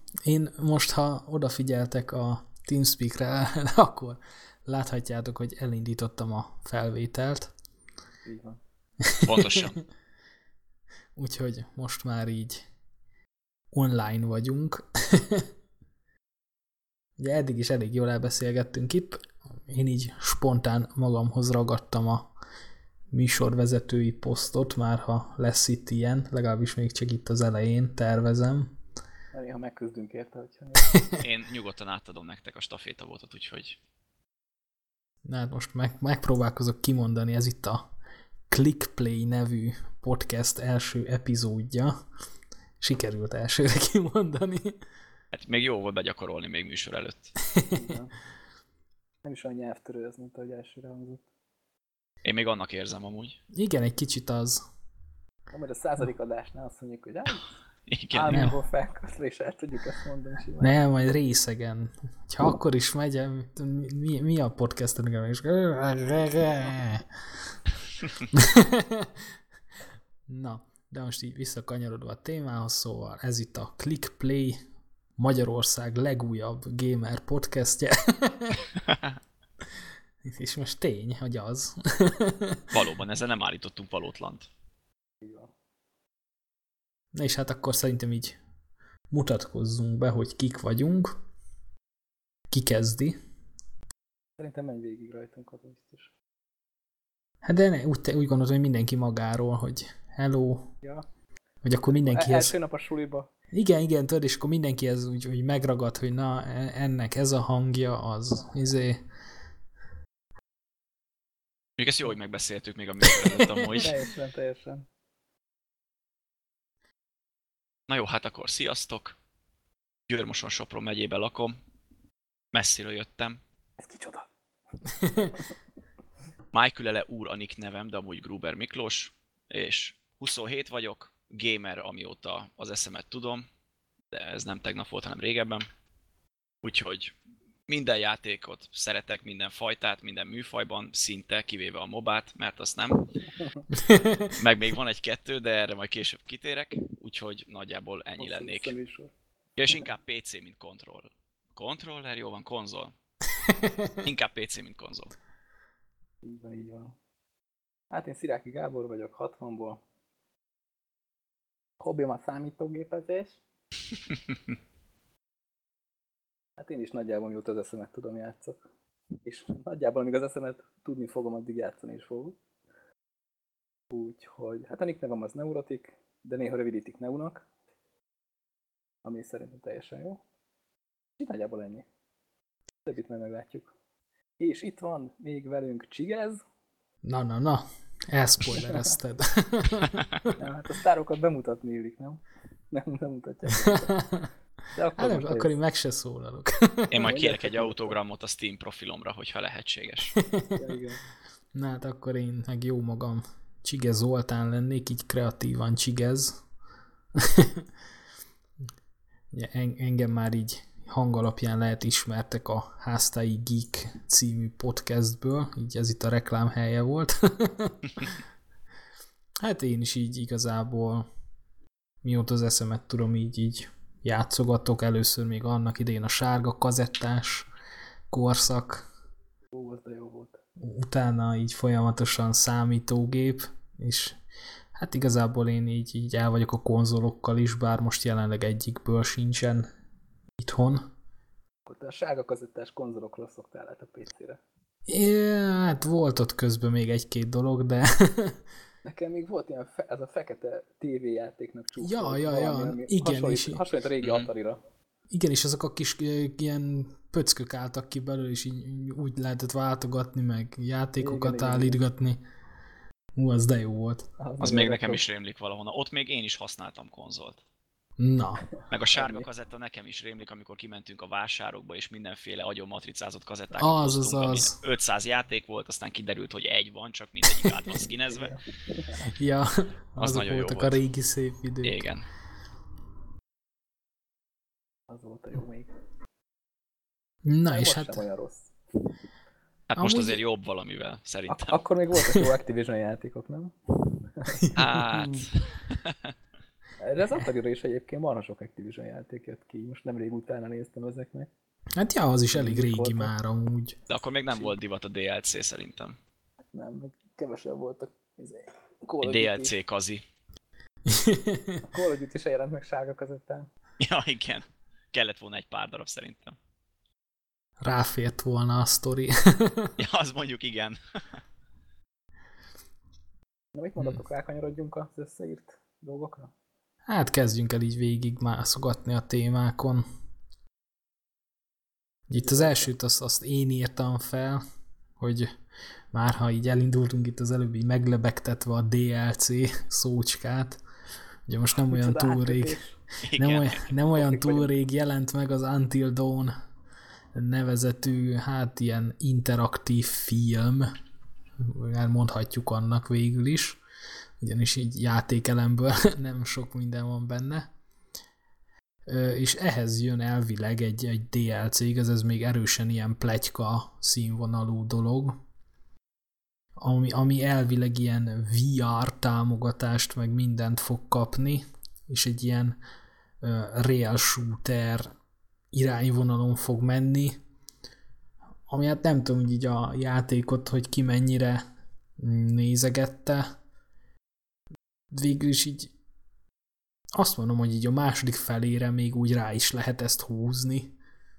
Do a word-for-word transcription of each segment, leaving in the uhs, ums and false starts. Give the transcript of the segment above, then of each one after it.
Én most, ha odafigyeltek a TeamSpeak-re, akkor láthatjátok, hogy elindítottam a felvételt. Így van. Pontosan. Úgyhogy most már így online vagyunk. Ugye eddig is elég jól elbeszélgettünk itt. Én így spontán magamhoz ragadtam a műsorvezetői posztot, már ha lesz itt ilyen, legalábbis még csak itt az elején tervezem. Néha megküzdünk érte, hogyha... Én nyugodtan átadom nektek a stafétabotot, úgyhogy... Na hát most meg, megpróbálkozok kimondani, ez itt a Clickplay nevű podcast első epizódja. Sikerült elsőre kimondani. Hát még jó volt begyakorolni még műsor előtt. Nem is olyan nyelvtörő ez, mint ahogy elsőre hangzott. Én még annak érzem amúgy. Igen, egy kicsit az. Na, majd a századik adásnál azt mondjuk, hogy Igen. álmomból felkaszra, és el tudjuk ezt mondani simán. Nem, majd részegen. Ha akkor is megy, mi, mi a podcast? Na, de most így visszakanyarodva a témához, szóval ez itt a Clickplay, Magyarország legújabb gamer podcastje. És most tény, hogy az. Valóban, ezzel nem állítottunk valótlant. Na és hát akkor szerintem így mutatkozzunk be, hogy kik vagyunk. Ki kezdi? Szerintem menj végig rajtunk, az biztos. Hát de ne, úgy, úgy gondolom, hogy mindenki magáról, hogy hello. Ja. Vagy akkor mindenkihez... Első nap a suliba. Igen, igen, tudod, és akkor mindenkihez úgy, úgy megragad, hogy na, ennek ez a hangja, az, izé... Még ezt jó, hogy megbeszéltük még a műsor előtt amúgy. Teljesen, teljesen. Na jó, hát akkor sziasztok! Győr-Moson-Sopron megyében lakom. Messziről jöttem. Ez kicsoda? Májkülele úr a nick nevem, de amúgy Gruber Miklós. És huszonhét vagyok, gamer amióta az eszemet tudom. De ez nem tegnap volt, hanem régebben. Úgyhogy minden játékot szeretek, minden fajtát, minden műfajban, szinte, kivéve a mobát, mert azt nem. Meg még van egy-kettő, de erre majd később kitérek, úgyhogy nagyjából ennyi Hosszú lennék. személyisor. Ja, és inkább pé cé, mint kontroll. Controller? Jó van, konzol. Inkább pé cé, mint konzol. Így van, így van. Hát én Sziráki Gábor vagyok, hatvanból. Hobbim a számítógépezés. Hát én is nagyjából mióta az eszemet tudom játszok. És nagyjából amíg az eszemet tudni fogom, addig játszani is fogok. Úgyhogy, hát a nick nevem az Neurotik, de néha rövidítik Neunak. Ami szerintem teljesen jó. És nagyjából ennyi. Többit meg meglátjuk. És itt van még velünk Csigez. Na, na, na, elszpoilerezted. Ja, hát a sztárokat bemutatni illik, nem? Nem, nem mutatják. De akkor, Hát nem, most akkor én meg se szólalok. Én majd kérek egy autogramot a Steam profilomra, hogyha lehetséges. Ja, igen. Na hát akkor én meg jó magam Csigez Zoltán lennék, így kreatívan Csigez. Engem már így hangalapján lehet ismertek a Háztai Geek című podcastből, így ez itt a reklám helye volt. Hát én is így igazából mióta az eszemet tudom, így, így játszogatok. Először még annak idején a sárga kazettás korszak. Ó, az de jó volt. Utána így folyamatosan számítógép, és hát igazából én így, így el vagyok a konzolokkal is, bár most jelenleg egyikből sincsen itthon. Akkor te a sárga kazettás konzolokról szoktál át a pé cére. É, hát volt ott közben még egy-két dolog, de... Nekem még volt ilyen, fe, ez a fekete tévéjátéknak csúf. Ja, ja, ja, igen. Hasonlít, És... hasonlít a régi mm. Atari-ra. Igen, és azok a kis ilyen pöckök álltak ki belőle, és így úgy lehetett váltogatni, meg játékokat igen, állítgatni. Hú, az de jó volt. Az, az még nekem is rémlik valahonnan. Ott még én is használtam konzolt. Na. Meg a sárga kazetta nekem is rémlik, amikor kimentünk a vásárokba, és mindenféle agyonmatricázott kazettákat az, hoztunk, az, az. ötszáz játék volt, aztán kiderült, hogy egy van, csak mindegyik át van skinezve. Ja, az azok nagyon voltak jó volt. A régi szép idők. Igen. Az volt a jó még. Na, de és hát... hát... olyan rossz. Hát amúgy... most azért jobb valamivel, szerintem. Ak- akkor még voltak jó Activision játékok, nem? Hát... Erre az Atari-ra is egyébként marha sok Activision játék jött ki. Most nemrég utána néztem ezeknek. Hát ja, az is elég Mik régi voltak? már amúgy. De akkor még nem volt divat a dé el cé szerintem. Nem, meg kevesebb voltak. izé, Call Egy of dé el Duty. cé kazi. A Call of Duty se jelent meg sárga kazettán. Ja, igen. Kellett volna egy pár darab szerintem. Ráfért volna a sztori. Ja, az mondjuk igen. Na, mit mondatok, rákanyarodjunk az összeírt dolgokra? Hát kezdjünk el így végig mászogatni a témákon. Itt az elsőt azt, azt én írtam fel, hogy már ha így elindultunk itt az előbb így meglebegtetve a dé el cé szócskát, ugye most nem olyan Micsoda túl rég, átkötés. nem Igen. olyan, nem olyan Akik túl vagyunk. rég jelent meg az Until Dawn nevezetű, hát ilyen interaktív film, mondhatjuk annak végül is, ugyanis így játékelemből nem sok minden van benne. Ö, és ehhez jön elvileg egy, egy dé el cé, igaz, ez még erősen ilyen pletyka színvonalú dolog, ami, ami elvileg ilyen vé er támogatást, meg mindent fog kapni, és egy ilyen uh, rail shooter irányvonalon fog menni, ami hát nem tudom, hogy így a játékot, hogy ki mennyire nézegette. Végül is így azt mondom, hogy így a második felére még úgy rá is lehet ezt húzni.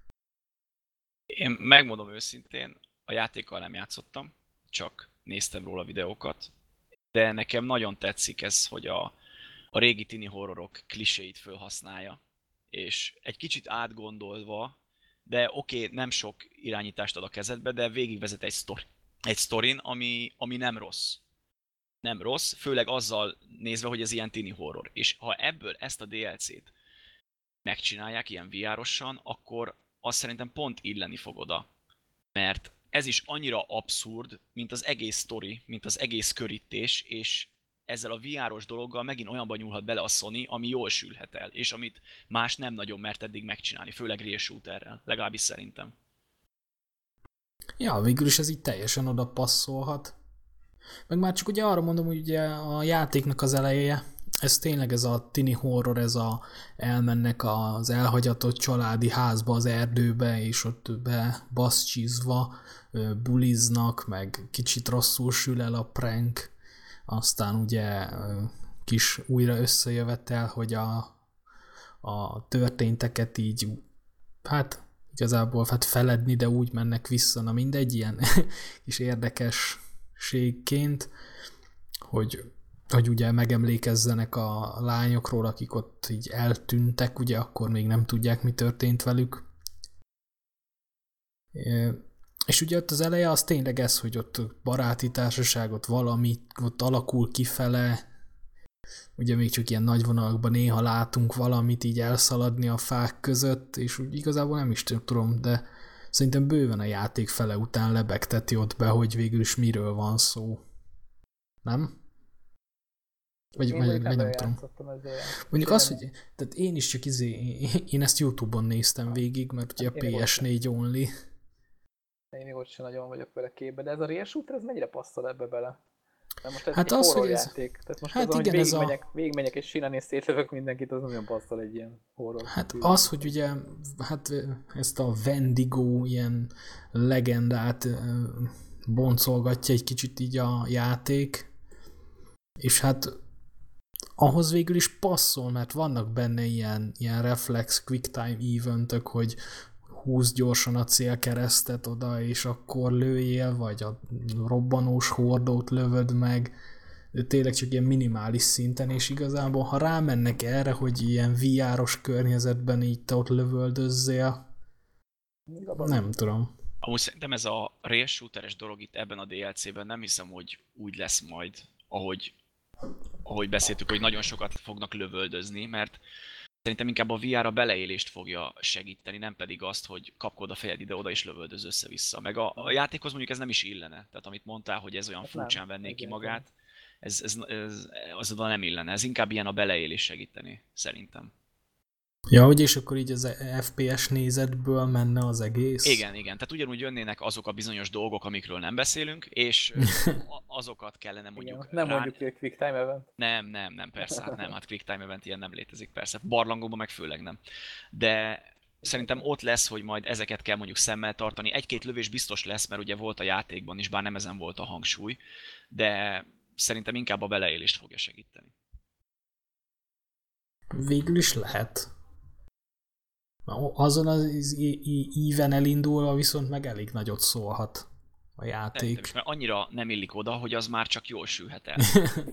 Én megmondom őszintén, a játékkal nem játszottam, csak néztem róla videókat, de nekem nagyon tetszik ez, hogy a, a régi tini horrorok kliséit felhasználja, és egy kicsit átgondolva, de oké, okay, nem sok irányítást ad a kezedbe, de végigvezet egy, sztori, egy sztorin, ami, ami nem rossz. Nem rossz, főleg azzal nézve, hogy ez ilyen tini horror. És ha ebből ezt a dé el cét megcsinálják ilyen vé er-osan, akkor azt szerintem pont illeni fog oda. Mert ez is annyira abszurd, mint az egész sztori, mint az egész körítés, és ezzel a vé er-os dologgal megint olyanban nyúlhat bele a Sony, ami jól sülhet el, és amit más nem nagyon mert eddig megcsinálni, főleg rail shooterrel, legalábbis szerintem. Ja, végül is ez így teljesen oda passzolhat. Meg már csak ugye arra mondom, hogy ugye a játéknak az eleje, ez tényleg ez a tini horror, ez a elmennek az elhagyatott családi házba, az erdőbe, és ott be baszcsizva buliznak, meg kicsit rosszul sül el a prank, aztán ugye kis újra összejövetel, hogy a, a történteket így, hát igazából hát feledni, de úgy mennek vissza, na mindegy, ilyen kis érdekességként, hogy, hogy ugye megemlékezzenek a lányokról, akik ott így eltűntek, ugye akkor még nem tudják, mi történt velük. És ugye ott az eleje az tényleg ez, hogy ott baráti társaságot valami ott alakul kifele, ugye még csak ilyen nagy vonalakban néha látunk valamit így elszaladni a fák között, és úgy igazából nem is tudom, de szerintem bőven a játék fele után lebegteti ott be, hogy végül is miről van szó. Nem? Vagy, vagy, vagy nem tudom. Mondjuk az, hogy tehát én is csak izé, én ezt YouTube-on néztem végig, mert ugye a pé es négy only. Én még ott sem nagyon vagyok vele képbe, de ez a rail shooter, ez mennyire passzol ebbe bele? De most ez hát egy az, horror hogy ez... játék. Tehát most hát azon, igen, hogy ez végigmegyek, a... végigmegyek és sinán és szétlövök mindenkit, az nagyon passzol egy ilyen horror. Hát az, hogy ugye hát ezt a Wendigo ilyen legendát boncolgatja egy kicsit így a játék, és hát ahhoz végül is passzol, mert vannak benne ilyen, ilyen reflex quick time eventök, hogy húzd gyorsan a célkeresztet oda, és akkor lőjél, vagy a robbanós hordót lövöd meg, de tényleg csak ilyen minimális szinten, és igazából, ha rámennek erre, hogy ilyen vé er-os környezetben így te ott lövöldözzél, nem tudom. Amúgy szerintem ez a rail shooteres dolog itt ebben a dé el cében nem hiszem, hogy úgy lesz majd, ahogy, ahogy beszéltük, hogy nagyon sokat fognak lövöldözni, mert szerintem inkább a vé er a beleélést fogja segíteni, nem pedig azt, hogy kapkod a fejed ide-oda és lövöldöz össze-vissza. Meg a, a játékhoz mondjuk ez nem is illene. Tehát amit mondtál, hogy ez olyan furcsán venné ki magát, ez, ez, ez, az oda nem illene. Ez inkább ilyen a beleélés segíteni, szerintem. Ja, hogy és akkor így az ef pé es nézetből menne az egész? Igen, igen. Tehát ugyanúgy jönnének azok a bizonyos dolgok, amikről nem beszélünk, és azokat kellene mondjuk Igen, nem rá... mondjuk ki, hogy Quick Time Event. Nem, nem, nem, persze, hát nem, hát Quick Time Event ilyen nem létezik, persze. Barlangokban meg főleg nem. De szerintem ott lesz, hogy majd ezeket kell mondjuk szemmel tartani. Egy-két lövés biztos lesz, mert ugye volt a játékban is, bár nem ezen volt a hangsúly, de szerintem inkább a beleélést fogja segíteni. Végül is lehet. Azon az íven elindulva viszont meg elég nagyot szólhat a játék. Szerintem is, mert annyira nem illik oda, hogy az már csak jól sülhet el.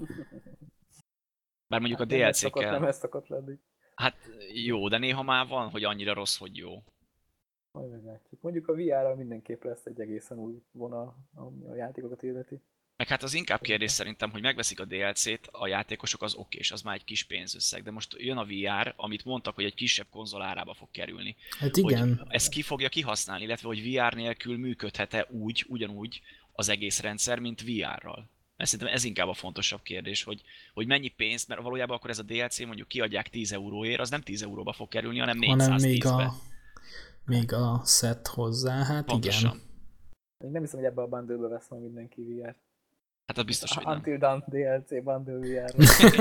Bár mondjuk Hát a dé el cé-kkel... Nem ez szokott lenni. Hát jó, de néha már van, hogy annyira rossz, hogy jó. Majd meglátjuk. Mondjuk a vé er-rel mindenképp lesz egy egészen új vonal, ami a játékokat illeti. Meg hát az inkább kérdés szerintem, hogy megveszik a dé el cé-t, a játékosok az okés, az már egy kis pénzösszeg, de most jön a vé er, amit mondtak, hogy egy kisebb konzol árába fog kerülni. Hát igen. Hogy ezt ki fogja kihasználni, illetve hogy vé er nélkül működhet-e úgy, ugyanúgy az egész rendszer, mint vé er-ral. Mert szerintem ez inkább a fontosabb kérdés, hogy, hogy mennyi pénzt, mert valójában akkor ez a dé el cé mondjuk kiadják tíz euróért, az nem tíz euróba fog kerülni, hanem négyszáztízbe. Hanem még a, még a set hozzá, hát Pontosan. igen. Én nem hiszem, hogy ebbe a bundle-be vesz majd mindenki vé er. Hát az biztos, hogy nem. Until Dawn dé el cé bundle vé er.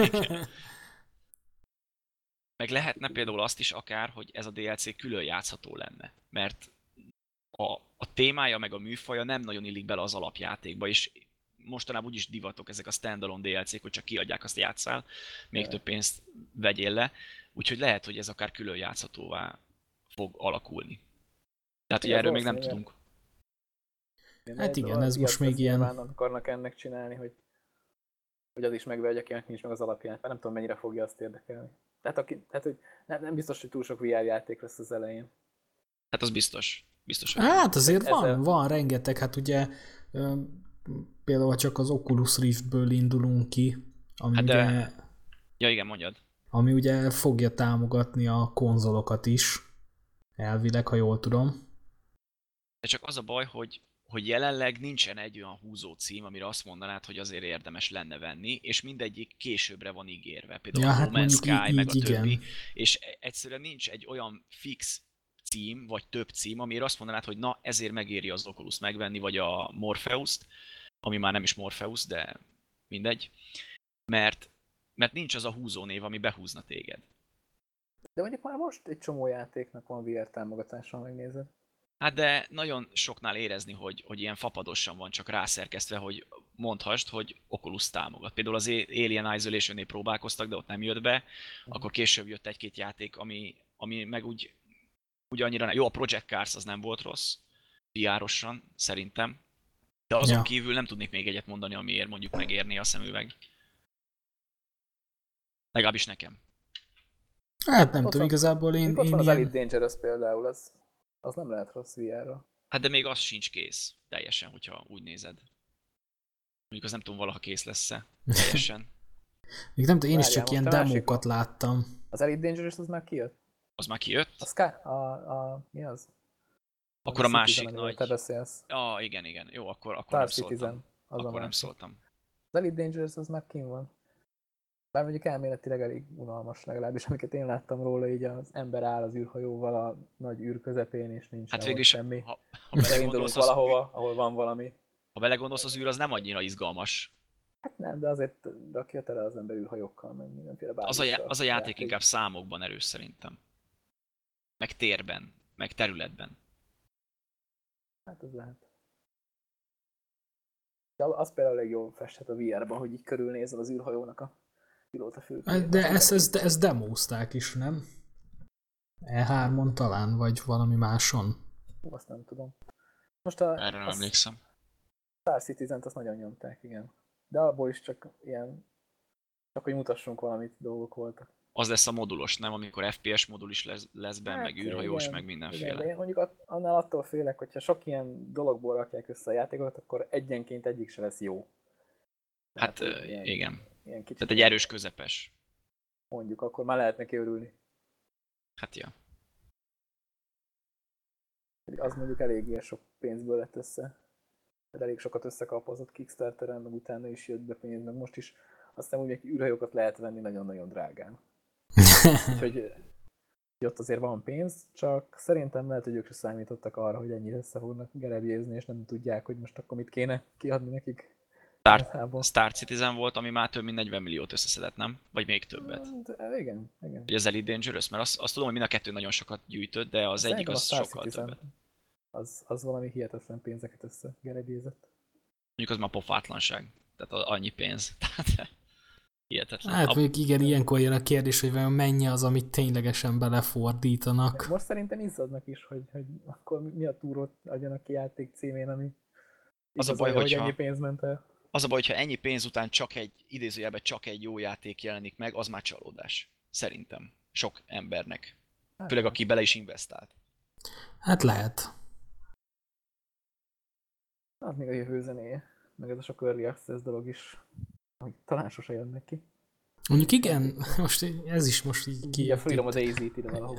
Meg lehetne például azt is akár, hogy ez a dé el cé külön játszható lenne. Mert a, a témája meg a műfaja nem nagyon illik bele az alapjátékba, és mostanában úgyis divatok ezek a standalone dé el cé-k, hogy csak kiadják, azt játsszál, még yeah. több pénzt vegyél le. Úgyhogy lehet, hogy ez akár külön játszhatóvá fog alakulni. Tehát, hogy erről még nem tudunk. Hát igen, ez most még ilyen... akarnak ennek csinálni, hogy, hogy az is megvegye, akinek nincs meg az alapját, mert nem tudom, mennyire fogja azt érdekelni. Tehát, aki, tehát hogy nem, nem biztos, hogy túl sok vé er játék lesz az elején. Hát az biztos. biztos hát azért ezzel... van, van rengeteg, hát ugye például csak az Oculus Riftből indulunk ki, ami hát de... ugye... Ja igen, mondjad. Ami ugye fogja támogatni a konzolokat is, elvileg, ha jól tudom. De csak az a baj, hogy hogy jelenleg nincsen egy olyan húzó cím, amire azt mondanád, hogy azért érdemes lenne venni, és mindegyik későbbre van ígérve. Például ja, a hát No Man's Sky, így, meg a igen. többi. És egyszerűen nincs egy olyan fix cím, vagy több cím, amire azt mondanád, hogy na, ezért megéri az Oculus megvenni, vagy a Morpheus-t, ami már nem is Morpheus, de mindegy. Mert, mert nincs az a húzó név, ami behúzna téged. De mondjuk már most egy csomó játéknak van vé er támogatása, megnézed. Hát de nagyon soknál érezni, hogy, hogy ilyen fapadosan van csak rászerkesztve, hogy mondhast, hogy Oculus támogat. Például az Alien Isolation-nél próbálkoztak, de ott nem jött be. Akkor később jött egy-két játék, ami, ami meg úgy, úgy annyira nem. Jó, a Project Cars az nem volt rossz, vé er-osan, szerintem. De azon ja. kívül nem tudnék még egyet mondani, amiért mondjuk megérné a szemüveg. Legalábbis nekem. Hát nem tudom, igazából én... Ott én van az ilyen... Elite Dangerous például, az, az nem lehet rossz vé er-ra. Hát de még az sincs kész, teljesen, hogyha úgy nézed. Mondjuk az nem tudom, valaha kész lesz-e, teljesen. még nem tudom, én is Várjál, csak ilyen demókat láttam. Az Elite Dangerous az már kijött? Az már kijött? A Sky? A, a, mi az? Akkor a, a másik nagy... Te beszélsz. Ah, igen, igen. Jó, akkor, akkor nem Citizen, szóltam. az akkor nem szóltam. Az Elite Dangerous az már kín van. Bár mondjuk elméletileg elég unalmas legalábbis, amiket én láttam róla, így az ember áll az űrhajóval a nagy űr közepén, és nincs hát is semmi. Ha, ha belegondolunk valahova, űr, ahol van valami. Ha belegondolsz, az űr az nem annyira izgalmas. Hát nem, de azért de aki tele az ember űrhajókkal, meg mindenféle az a, já, az a játék, játék inkább számokban erős szerintem. Meg térben, meg területben. Hát ez lehet. De az például elég jól festhet a vé er-ben, hogy így körülnézel az űrhajónak a pilóta fülkét. De ezt, ezt, ezt demózták is, nem? E hármon talán, vagy valami máson. Azt nem tudom. Most a, erre nem emlékszem. Star Citizen-t azt nagyon nyomták, igen. De abból is csak ilyen, csak hogy mutassunk valamit, dolgok voltak. Az lesz a modulos, nem? Amikor ef pé es modul is lesz, lesz benne, hát, meg űrhajós, igen, meg mindenféle. Igen, de én mondjuk annál attól félek, hogyha sok ilyen dologból rakják össze a játékokat, akkor egyenként egyik se lesz jó. Hát Tehát, ilyen, igen. Ilyen kicsit Tehát egy erős közepes. Mondjuk, akkor már lehet neki örülni. Hát ja. Az mondjuk eléggé sok pénzből lett össze. Elég sokat összekapozott Kickstarteren, meg utána is jött be pénz, meg most is aztán úgy, hogy űrhajókat lehet venni nagyon-nagyon drágán. Úgyhogy Ott azért van pénz, csak szerintem lehet, hogy ők se számítottak arra, hogy ennyire össze fognak gerebjézni, és nem tudják, hogy most akkor mit kéne kiadni nekik. Star, Star Citizen volt, ami már több mint negyven milliót összeszedett, nem? Vagy még többet? De, igen, igen. Vagy az Elite Dangerous? Mert azt, azt tudom, hogy mind a kettő nagyon sokat gyűjtött, de az Szerintem egyik az a sokkal Citizen, többet. Az, az valami hihetetlen pénzeket összegerebjézett. Mondjuk az már pofátlanság. Tehát annyi pénz. Tehát hihetetlen. Hát A... még igen, ilyenkor jön a kérdés, hogy vajon mennyi az, amit ténylegesen belefordítanak. Most szerintem izzadnak is, hogy, hogy akkor mi a túrót adjanak ki játék címén, ami az a baj, hogy ennyi pénz ment el. Az a baj, hogyha ennyi pénz után csak egy, idézőjelben csak egy jó játék jelenik meg, az már csalódás. Szerintem. Sok embernek. Hát, főleg aki bele is investált. Hát lehet. Az még a jövő zenéje. Meg ez a sok early access dolog is, hogy talán sose jönnek ki. Mondjuk igen, most ez is most így ki. A Freedom az á zé-t ide valahol.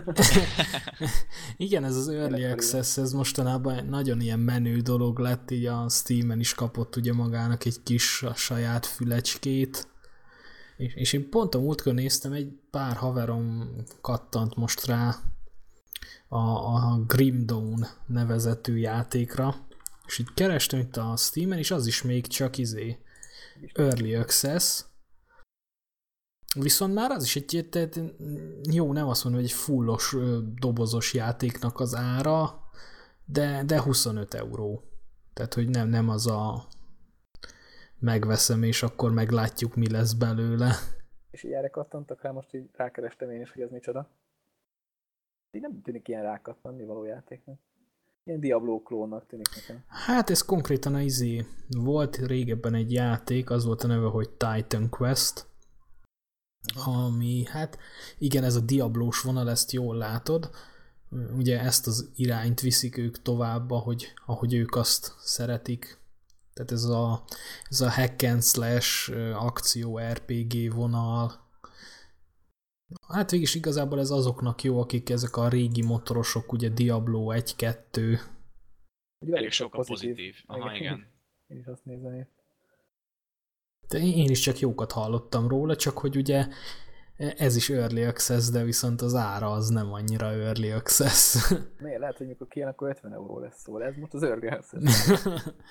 Igen, ez az Early Access, ez mostanában nagyon ilyen menő dolog lett, így a Steamen is kapott ugye magának egy kis a saját fülecskét. És, és én pont a múltkor néztem, egy pár haverom kattant most rá a, a Grim Dawn nevezetű játékra, és így kerestem itt a Steamen, és az is még csak izé Early Access. Viszont már az is egy, tehát jó, nem azt mondom, hogy egy fullos dobozos játéknak az ára, de, de huszonöt euró. Tehát, hogy nem, nem az a megveszem, és akkor meglátjuk, mi lesz belőle. És így erre kattantak rá, most így rákerestem én is, hogy ez micsoda. Így nem tűnik ilyen rákattanni való játéknak. Ilyen Diablo klónnak tűnik nekem. Hát ez konkrétan az izé. Volt régebben egy játék, az volt a neve, hogy Titan Quest, ami, hát igen, ez a Diablós vonal, ezt jól látod. Ugye ezt az irányt viszik ők tovább, ahogy, ahogy ők azt szeretik. Tehát ez a, ez a hack and slash akció er pé gé vonal. Hát végig igazából ez azoknak jó, akik ezek a régi motorosok, ugye Diablo egy kettő. Elég sok a pozitív. Aha, igen. Én is azt nézem. De én is csak jókat hallottam róla, csak hogy ugye ez is Early Access, de viszont az ára az nem annyira Early Access. Miért? Lehet, hogy mikor kijön, akkor ötven euró lesz, szóval ez most az Early Access.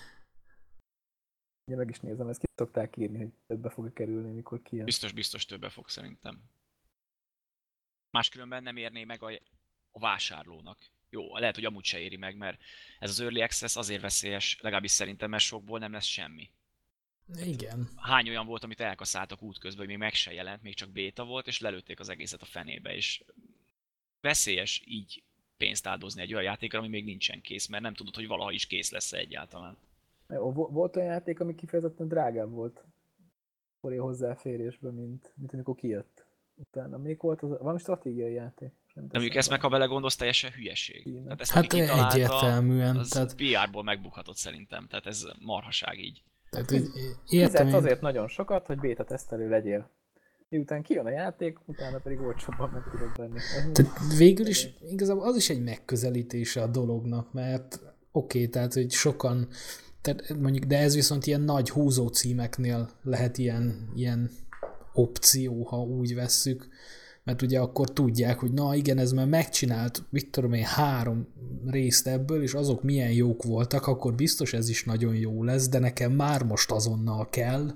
Én meg is nézem, ezt ki szokták írni, hogy többe fog kerülni, mikor kijön. Biztos, biztos többe fog szerintem. Máskülönben nem érné meg a, a vásárlónak. Jó, lehet, hogy amúgy se éri meg, mert ez az Early Access azért veszélyes, legalábbis szerintem, mert sokból nem lesz semmi. Igen. Hány olyan volt, amit elkaszáltak útközben, hogy még meg se jelent, még csak béta volt, és lelőtték az egészet a fenébe, és veszélyes így pénzt áldozni egy olyan játékra, ami még nincsen kész, mert nem tudod, hogy valaha is kész lesz egyáltalán. Volt olyan játék, ami kifejezetten drágább volt kori hozzáférésben, mint, mint amikor kijött. Utána még volt az, valami stratégiai játék. De mondjuk ezt meg, ha belegondolsz, teljesen hülyeség. Tehát ezt, hát egyértelműen. Az tehát... pé er-ból megbukhatott szerintem, tehát ez marhaság így. Tehát, fizetsz azért nagyon sokat, hogy béta tesztelő legyél. Miután kijön a játék, utána pedig olcsóbban meg tudod venni. Tehát végül is igazából az is egy megközelítése a dolognak, mert oké, okay, tehát hogy sokan, tehát mondjuk, de ez viszont ilyen nagy húzó címeknél lehet ilyen, ilyen opció, ha úgy vesszük, mert ugye akkor tudják, hogy na igen, ez már megcsinált, mit tudom én, három részt ebből, és azok milyen jók voltak, akkor biztos ez is nagyon jó lesz, de nekem már most azonnal kell.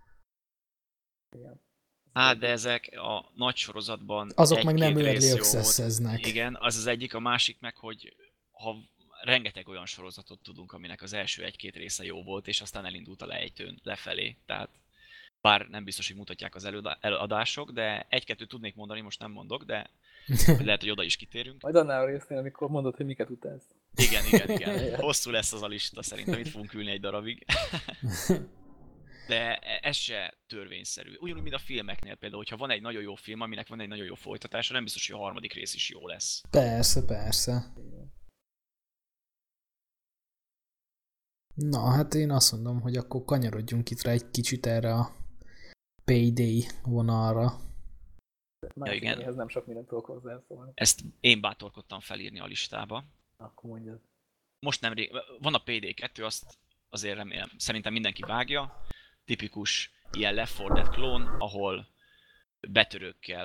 Hát, de ezek a nagy sorozatban azok meg nem early access-eznek. Igen, az az egyik, a másik meg, hogy ha rengeteg olyan sorozatot tudunk, aminek az első egy-két része jó volt, és aztán elindult a lejtőn lefelé, tehát bár nem biztos, hogy mutatják az előadások, de egy-kettőt tudnék mondani, most nem mondok, de lehet, hogy oda is kitérünk. Majd annál a résznél, amikor mondod, hogy miket utálsz. Igen, igen, igen. Hosszú lesz az a lista, szerintem itt fogunk ülni egy darabig. De ez se törvényszerű. Ugyanúgy, mint a filmeknél például, hogyha van egy nagyon jó film, aminek van egy nagyon jó folytatása, nem biztos, hogy a harmadik rész is jó lesz. Persze, persze. Na, hát én azt mondom, hogy akkor kanyarodjunk itt rá egy kicsit erre a Payday vonalra. Ja, igen. Ez nem sok mindent tudok hozzászólni. Ezt én bátorkodtam felírni a listába. Akkor mondjad. Most nem rég... Van a Payday kettő, azt azért remélem, szerintem mindenki vágja. Tipikus ilyen Left four Dead klón, ahol betörőkkel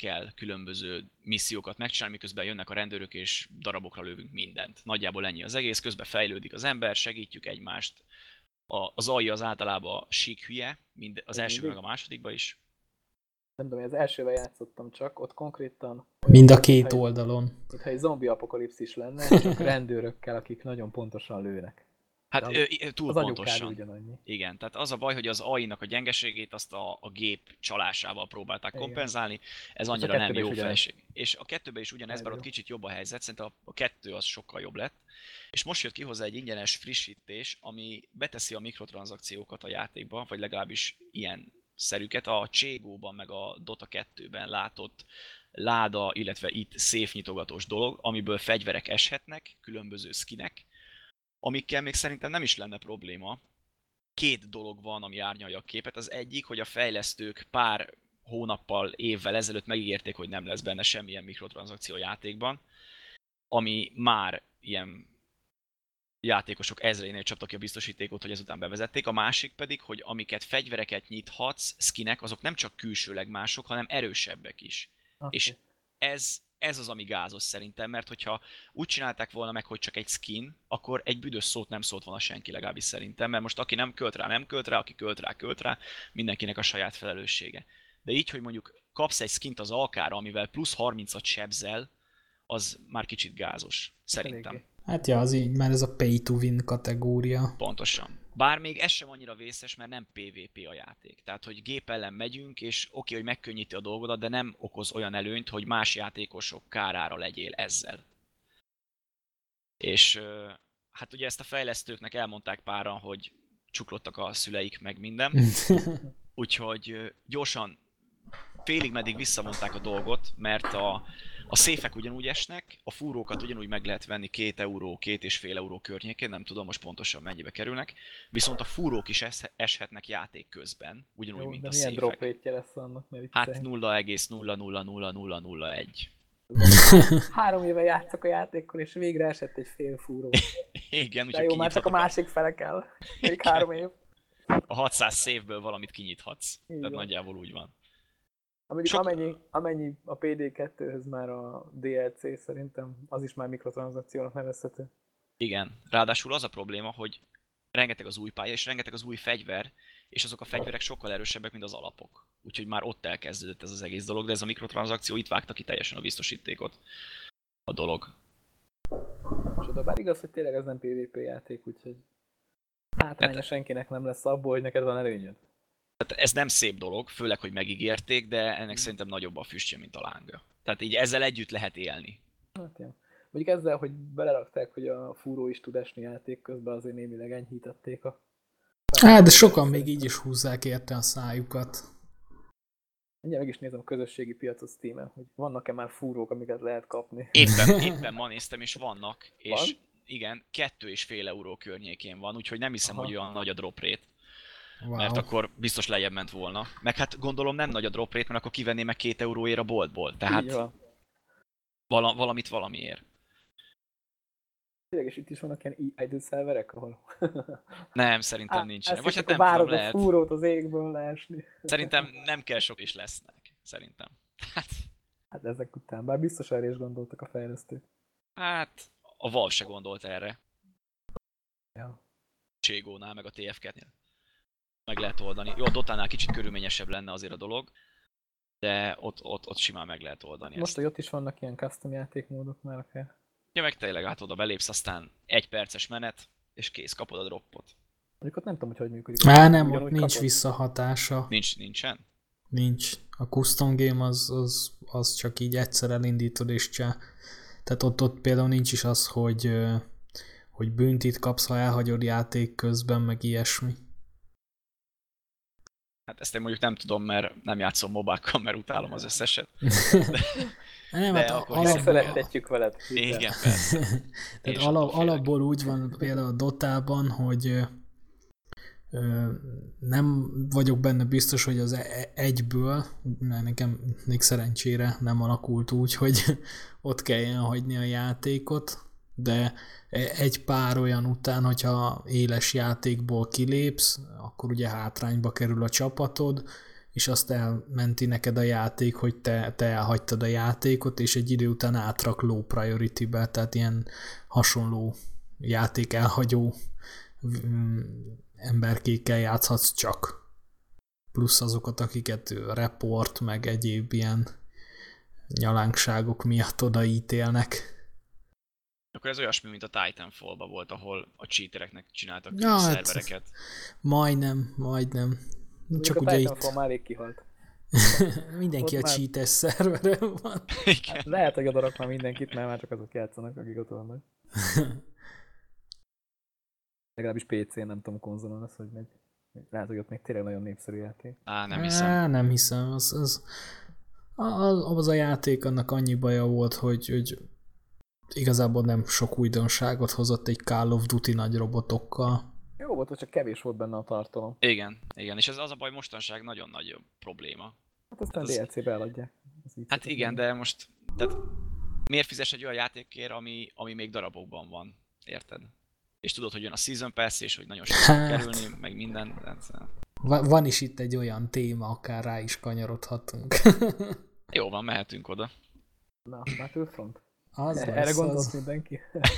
kell különböző missziókat megcsinálni, miközben jönnek a rendőrök és darabokra lövünk mindent. Nagyjából ennyi az egész, közben fejlődik az ember, segítjük egymást. A, az alja az általában sík hülye, mind, az első meg a másodikban is. Nem tudom, az elsővel játszottam csak, ott konkrétan... Mind a két oldalon. Mintha egy zombi apokalipszis lenne, csak rendőrökkel, akik nagyon pontosan lőnek. Hát az, ö, túl az pontosan. Ugyanannyi. Igen, tehát az a baj, hogy az á i-nak a gyengeségét azt a, a gép csalásával próbálták Igen. kompenzálni, ez annyira nem jó felség. És a kettőben is ugyanez, bár ott kicsit jobb a helyzet, szerintem a, a kettő az sokkal jobb lett. És most jött ki hozzá egy ingyenes frissítés, ami beteszi a mikrotranszakciókat a játékba, vagy legalábbis ilyen szerüket. A Cségóban meg a Dota kettőben látott láda, illetve itt safe nyitogatós dolog, amiből fegyverek eshetnek, különböző skinek, amikkel még szerintem nem is lenne probléma. Két dolog van, ami árnyalja a képet. Az egyik, hogy a fejlesztők pár hónappal, évvel ezelőtt megígérték, hogy nem lesz benne semmilyen mikrotranszakció játékban, ami már ilyen játékosok ezreinél csaptak ki a biztosítékot, hogy ezután bevezették. A másik pedig, hogy amiket fegyvereket nyithatsz, skinek, azok nem csak külsőleg mások, hanem erősebbek is. Okay. És ez, ez az, ami gázos szerintem, mert hogyha úgy csinálták volna meg, hogy csak egy skin, akkor egy büdös szót nem szólt volna senki, legalábbis szerintem, mert most aki nem költ rá, nem költ rá, aki költ rá, költ rá, mindenkinek a saját felelőssége. De így, hogy mondjuk kapsz egy skint az alkára, amivel plusz harmincat sebzel, az már kicsit gázos, szerintem. Eléggé. Hát ja, az így már ez a pay to win kategória. Pontosan. Bár még ez sem annyira vészes, mert nem pé vé pé a játék. Tehát, hogy gép ellen megyünk, és oké, okay, hogy megkönnyíti a dolgodat, de nem okoz olyan előnyt, hogy más játékosok kárára legyél ezzel. És hát ugye ezt a fejlesztőknek elmondták páran, hogy csuklottak a szüleik, meg minden. Úgyhogy gyorsan félig meddig visszavonták a dolgot, mert a A széfek ugyanúgy esnek, a fúrókat ugyanúgy meg lehet venni két euró, két és fél euró környékén, nem tudom most pontosan mennyibe kerülnek, viszont a fúrók is eshetnek játék közben, ugyanúgy, Jó, mint de a milyen széfek. drop rate-je lesz annak? Mert Hát nulla egész nulla nulla nulla nulla nulla egy. Három éve játszok a játékkal, és végre esett egy fél fúró. Igen, de jó, már csak a másik fele kell. Még három év. A hatszáz szévből valamit kinyithatsz. Így Tehát van. nagyjából úgy van. Sok... Amennyi, amennyi a pé dé kettőhöz már a dé el cé szerintem, az is már mikrotranszakciónak nevezhető. Igen, ráadásul az a probléma, hogy rengeteg az új pálya, és rengeteg az új fegyver, és azok a fegyverek sokkal erősebbek, mint az alapok. Úgyhogy már ott elkezdődött ez az egész dolog, de ez a mikrotranszakció itt vágta ki teljesen a biztosítékot a dolog. Csoda, bár igaz, hogy tényleg ez nem pé vé pé játék, úgyhogy hátránya hát, senkinek nem lesz abból, hogy neked van előnyöd. Tehát ez nem szép dolog, főleg, hogy megígérték, de ennek szerintem nagyobb a füstje, mint a lánga. Tehát így ezzel együtt lehet élni. Hát jó. Mondjuk ezzel, hogy belerakták, hogy a fúró is tud esni játék közben, azért némileg enyhítették a... Hát, de sokan még így is húzzák érte a szájukat. Mindjárt meg is nézem a közösségi piacot Steamen, hogy vannak-e már fúrók, amiket lehet kapni. Éppen, éppen ma néztem, és vannak. És van? Igen, kettő és fél euró környékén van, úgyhogy nem hiszem, Aha. hogy olyan nagy a drop rate. Wow. Mert akkor biztos lejjebb ment volna. Meg hát gondolom nem nagy a drop rate, mert akkor kivenném meg két euróért a boltból. Tehát vala, valamit valamiért. Tényleg, és itt is vannak ilyen idle szerverek, ahol... Nem, szerintem Á, nincsenek. Vagy hát nem nem tudom, lehet. a fúrót az égből leesni. Szerintem nem kell sok is lesznek. Szerintem. Hát, hát ezek után, bár biztos erre is gondoltak a fejlesztők. Hát, a Valve se gondolt erre. Ja. Cségónál, meg a té ef kettőnél. Meg lehet oldani. Jó, a Dotánál kicsit körülményesebb lenne azért a dolog, de ott, ott, ott simán meg lehet oldani. Most, hogy ott is vannak ilyen custom játékmódok már akár. Ja, meg tényleg hát oda belépsz, aztán egy perces menet, és kész, kapod a droppot. Mondjuk ott nem tudom, hogy hogy működik. Á, nem, ott nincs kapod? Visszahatása. Nincs, nincsen? Nincs. A custom game az, az, az csak így egyszer elindítod és csá. Tehát ott, ott például nincs is az, hogy, hogy büntit kapsz, ha elhagyod játék közben, meg ilyesmi. Hát ezt én mondjuk nem tudom, mert nem játszom mobákkal, mert utálom az összeset. De, nem, de hát akkor alapból... Megszerettetjük veled. Igen, persze. Tehát alap, alapból úgy van például a Dotában, hogy ö, nem vagyok benne biztos, hogy az egyből, nekem még szerencsére nem alakult úgy, hogy ott kelljen hagyni a játékot, de egy pár olyan után, hogyha éles játékból kilépsz, akkor ugye hátrányba kerül a csapatod, és azt elmenti neked a játék, hogy te, te elhagytad a játékot, és egy idő után átrak low priority-be, tehát ilyen hasonló játék elhagyó emberkékkel játszhatsz csak. Plusz azokat, akiket report, meg egyéb ilyen nyalánkságok miatt odaítélnek. Akkor ez olyasmi, mint a Titanfall-ban volt, ahol a cheatereknek csináltak Ja, szervereket. Hát, majdnem, majdnem. Csak Csak a ugye Titanfall itt már elég kihalt. mindenki Ott a már- cheates szerveren van. Hát lehet, hogy odarak már mindenkit, mert már csak azok játszanak, akik ott vannak. Legalábbis pé cén, nem tudom, konzolon az, hogy megy. Lehet, hogy ott még tényleg nagyon népszerű játék. Á, nem hiszem. Á, nem hiszem. Az, az, az, az a játék annak annyi baja volt, hogy, hogy igazából nem sok újdonságot hozott egy Call of Duty nagy robotokkal. Jó volt, hogy csak kevés volt benne a tartalom. Igen, igen, és ez az a baj mostanság nagyon nagy probléma. Hát aztán Az- dé el cé-be eladják. Ez így Hát szokott igen, lenni. de most, tehát miért fizess egy olyan játékért, ami, ami még darabokban van, érted? És tudod, hogy jön a Season Pass, és hogy nagyon sok fog Hát. kerülni, meg minden. Tehát, Va- Van is itt egy olyan téma, akár rá is kanyarodhatunk. jó van, mehetünk oda. Na, Battlefront? Az Erre lesz, gondolsz az. mindenki?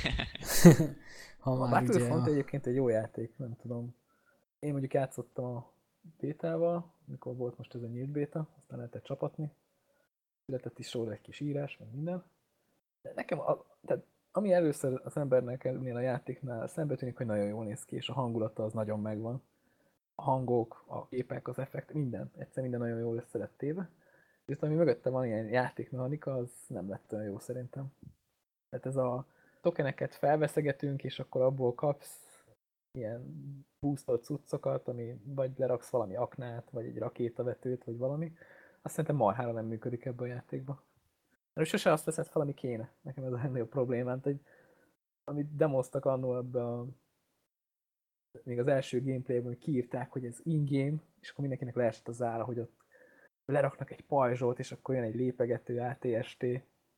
Ha A már ugye Battlefront a... egyébként egy jó játék, nem tudom. Én mondjuk játszottam a bétával, mikor volt most ez a nyílt béta, aztán lehetett csapatni. Született is róla egy kis írás, meg minden. De nekem, a, tehát ami először az embernek ennél a játéknál szembe tűnik, hogy nagyon jól néz ki, és a hangulata az nagyon megvan. A hangok, a képek, az effekt, minden. Egyszer minden nagyon jól össze lett téve. Viszont ami mögötte van ilyen játékmechanika, az nem lett olyan jó szerintem. Tehát ez a tokeneket felveszegetünk, és akkor abból kapsz ilyen boostolt cuccokat, ami vagy leraksz valami aknát, vagy egy rakétavetőt, vagy valami. Azt szerintem marhára nem működik ebben a játékban. Mert sose azt veszed fel, ami kéne. Nekem ez a legnagyobb problémám. Hogy, amit demoztak annól ebbe a még az első gameplayben, hogy kiírták, hogy ez in-game, és akkor mindenkinek leesett az ára, hogy ott leraknak egy pajzsolt, és akkor jön egy lépegető á té es té,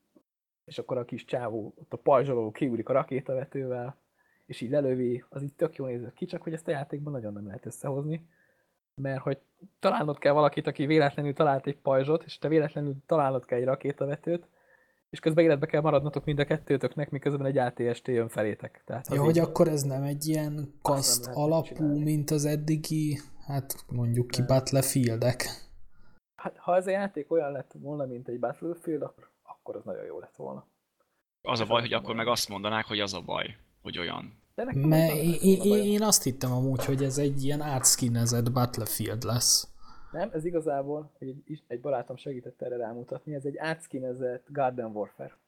és akkor a kis csávó ott a pajzsoló kiúlik a rakétavetővel, és így lelövi, az így tök jól nézett ki, csak hogy ezt a játékban nagyon nem lehet összehozni, mert hogy találnod kell valakit, aki véletlenül talált egy pajzsot, és te véletlenül találnod kell egy rakétavetőt, és közben életbe kell maradnotok mind a kettőtöknek, miközben egy á té es té jön felétek. Tehát Ja, az hogy így- akkor ez nem egy ilyen kaszt lehet alapú, megcsinálni. mint az eddigi, hát mondjuk ki Nem. Battlefieldek. Hát, ha ez a játék olyan lett volna, mint egy Battlefield, akkor, akkor az nagyon jó lett volna. Az a baj, hogy akkor meg azt mondanák, hogy az a baj, hogy olyan. De nekem Mert az nem én, lett volna én, bajom. én azt hittem amúgy, hogy ez egy ilyen átskinezett Battlefield lesz. Nem, ez igazából, hogy egy, egy barátom segített erre rámutatni, ez egy átskinezett Garden Warfare.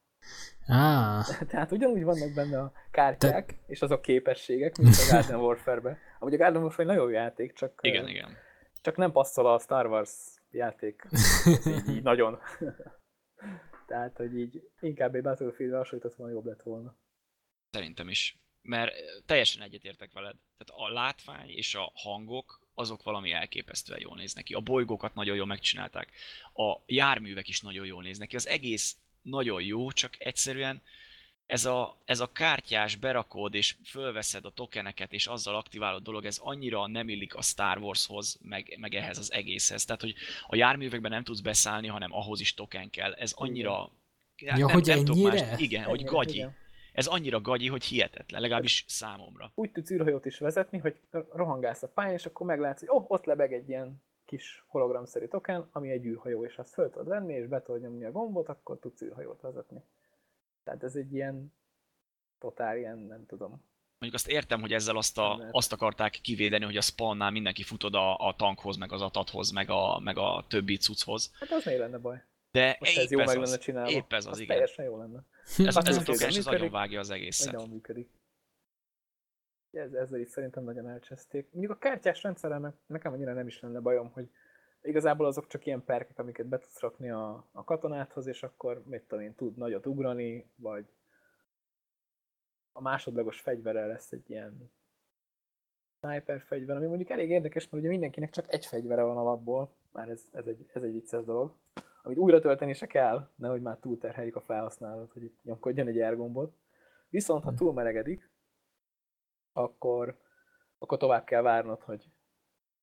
Á, Tehát ugyanúgy vannak benne a kártyák, Te... és azok képességek, mint a Garden Warfare-ben. Amúgy a Garden Warfare egy nagyon jó játék, csak, Igen, uh, igen. csak nem passzol a Star Wars játék. így, így nagyon. Tehát, hogy így inkább egy Battlefield-re hasonlított volna, jobb lett volna. Szerintem is. Mert teljesen egyetértek veled. Tehát a látvány és a hangok, azok valami elképesztően jól néznek ki. A bolygókat nagyon jól megcsinálták. A járművek is nagyon jól néznek ki. Az egész nagyon jó, csak egyszerűen ez a, ez a kártyás berakod, és fölveszed a tokeneket, és azzal aktiválod dolog, ez annyira nem illik a Star Warshoz, meg, meg ehhez az egészhez. Tehát, hogy a járművekben nem tudsz beszállni, hanem ahhoz is token kell. Ez annyira... Ja, hogy tudok ennyire? igen, hogy Ennyire, gagyi. igen. Ez annyira gagyi, hogy hihetetlen, legalábbis számomra. Úgy tudsz űrhajót is vezetni, hogy rohangálsz a pályán, és akkor meglátsz, hogy oh, ott lebeg egy ilyen kis hologramszerű token, ami egy űrhajó, és azt föl tudod venni, és be tudod nyomni a gombot, akkor tudsz űrhajót vezetni. Tehát ez egy ilyen totál ilyen, nem tudom. Mondjuk azt értem, hogy ezzel azt, a, Nem. azt akarták kivédeni, hogy a spawnnál mindenki futod a, a tankhoz, meg az atathoz, meg a, meg a többi cucchoz. Hát az miért lenne baj? De Most épp ez jó ez meg az, lenne csinálva. épp ez az, az igen. teljesen jó lenne. Ez, ez a Battlefield tokens, ez működik, nagyon vágja az Vagy egészet. nem működik. Ez, ezzel is szerintem nagyon elcseszték. Mondjuk a kártyás rendszerrel meg nekem annyira nem is lenne bajom, hogy igazából azok csak ilyen perkek, amiket be tudsz rakni a, a katonáthoz, és akkor mit tudom én, tud nagyot ugrani, vagy a másodlagos fegyverrel lesz egy ilyen sniper fegyver, ami mondjuk elég érdekes, mert ugye mindenkinek csak egy fegyvere van alapból, már ez, ez, egy, ez egy vicces dolog, amit újra tölteni se kell, nehogy már túlterheljük a felhasználót, hogy itt nyomkodjon egy R-gombot. Viszont ha túl melegedik, akkor, akkor tovább kell várnod, hogy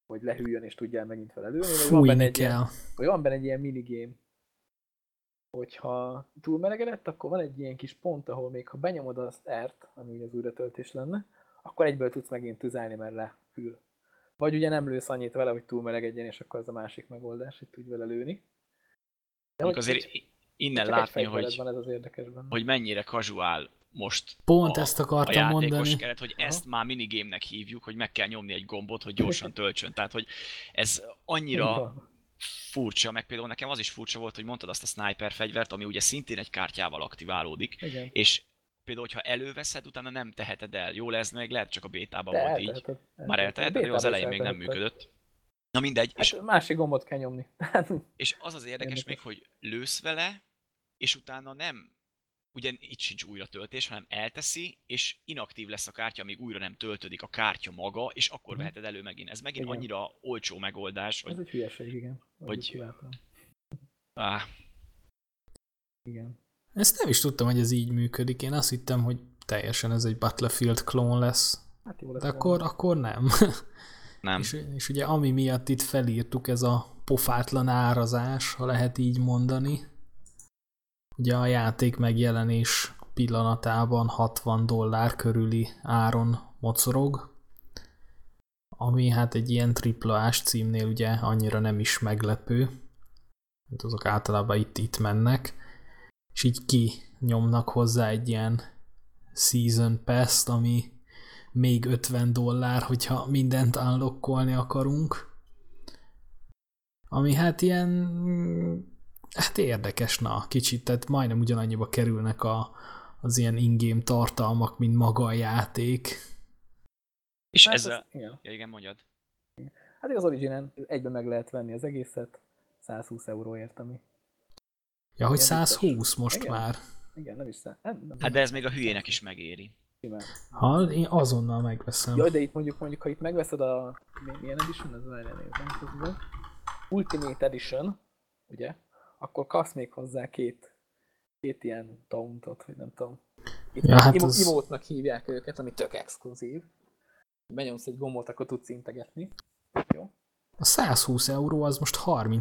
hogy lehűljön és tudjál megint felelőni, vagy van benne Fújni egy ilyen, kell. vagy van benne egy ilyen minigame, hogyha túlmelegedett, akkor van egy ilyen kis pont, ahol még ha benyomod az R-t, ami ugye az újratöltés lenne, akkor egyből tudsz megint tüzelni, mert lehűl. Vagy ugye nem lősz annyit vele, hogy túlmelegedjen, és akkor az a másik megoldás, hogy tudj vele lőni. De hogy, azért hogy, innen csak egy látni, fegyvered hogy, van, ez az érdekes benne. hogy mennyire casual most Pont a, ezt a akartam játékos mondani. keret, hogy Aha. ezt már minigame-nek hívjuk, hogy meg kell nyomni egy gombot, hogy gyorsan töltsön. Tehát, hogy ez Így annyira van. furcsa, meg például nekem az is furcsa volt, hogy mondtad azt a sniper fegyvert, ami ugye szintén egy kártyával aktiválódik, Igen. és például, hogyha előveszed, utána nem teheted el. Jól, ez meg lehet csak a bétában De volt így. elteheted. Már elteheted, jó, az elején még nem működött. Na mindegy, Hát és, másik gombot kell nyomni. és az az érdekes Érdekes. még, hogy lősz vele, és utána nem, ugye itt sincs újra töltés, hanem elteszi, és inaktív lesz a kártya, amíg újra nem töltődik a kártya maga, és akkor Mhm. veheted elő megint. Ez megint Igen. annyira olcsó megoldás, Ez hogy... egy hülyeség, igen. hogy- Hogy kilátom. Áh, Igen. Ezt nem is tudtam, hogy ez így működik. Én azt hittem, hogy teljesen ez egy Battlefield klón lesz. Hát jó lesz. De akkor, akkor nem. nem. És, és ugye ami miatt itt felírtuk, ez a pofátlan árazás, ha lehet így mondani. Ugye a játék megjelenés pillanatában hatvan dollár körüli áron mocorog, ami hát egy ilyen triplás címnél ugye annyira nem is meglepő, mint azok általában itt, itt mennek, és így kinyomnak hozzá egy ilyen Season Pass-t, ami még ötven dollár, hogyha mindent unlockolni akarunk. Ami hát ilyen, hát érdekes, na, kicsit, tehát majdnem ugyanannyiba kerülnek a, az ilyen in-game tartalmak, mint maga a játék. És Hát ezzel... ez, igen. Ja, igen, mondjad. Hát az Originen egyben meg lehet venni az egészet százhúsz euróért, ami... Ja, hogy Igen, százhúsz most igen. már. Igen, nem is száz. Nem, nem Hát de ez még a hülyének is megéri. simán. Ha, én azonnal megveszem. Jaj, de itt mondjuk, mondjuk, ha itt megveszed a... mi- Milyen edition? Ez várjál nézem közben. Ultimate Edition, ugye? Akkor kapsz még hozzá két, két ilyen tauntot, vagy nem tudom. Itt Ja, hát imo- az- emote-nak hívják őket, ami tök exkluzív. Benyomsz egy gombot, akkor tudsz integetni. Jó? A százhúsz euró az most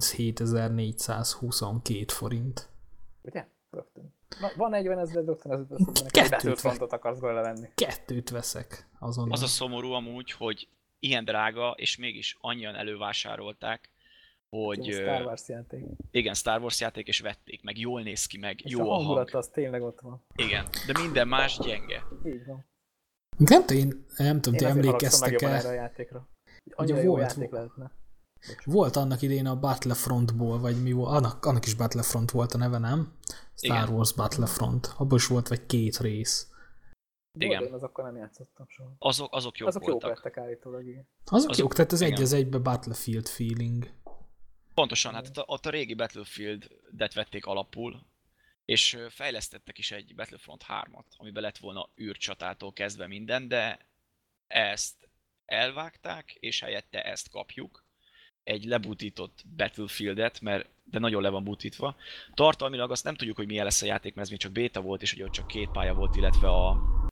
harminchétezer-négyszázhuszonkettő forint. Ugye? Rögtön. Na, van negyven ezer, rögtön az ötven Kettőt egy Battlefield vett. frontot akarsz belőle venni. Kettőt veszek azonnal. Az a szomorú amúgy, hogy ilyen drága, és mégis annyian elővásárolták, hogy Jó, Star Wars játék. igen, Star Wars játék, és vették, meg jól néz ki, meg És jó a a hang. hangulata az tényleg ott van. Igen, de minden más gyenge. Így van. Nem tudom, én nem tudom, ti Én azért haragszom meg emlékeztek jobban erre a el. játékra. Annyira Ugye jó volt- játék lehetne. Volt annak idején a Battlefrontból, vagy mi volt, annak, annak is Battlefront volt a neve, nem? Star Igen. Wars Battlefront. Abban is volt vagy két rész. Igen. Volt, én az akkor nem játszottam soha. Azok, azok jók Azok jók voltak. lettek állítólag, igen. Azok, Azok- jók, tehát az igen. egy az egybe Battlefield feeling. Pontosan, hát ott a, ott a régi Battlefield-et vették alapul, és ö, fejlesztettek is egy Battlefront hármat, amiben lett volna űrcsatától kezdve minden, de ezt elvágták, és helyette ezt kapjuk. Egy lebutított Battlefieldet, mert de nagyon le van butítva. Tartalmilag azt nem tudjuk, hogy milyen lesz a játék, mert ez még csak béta volt, és hogy ott csak két pálya volt, illetve a,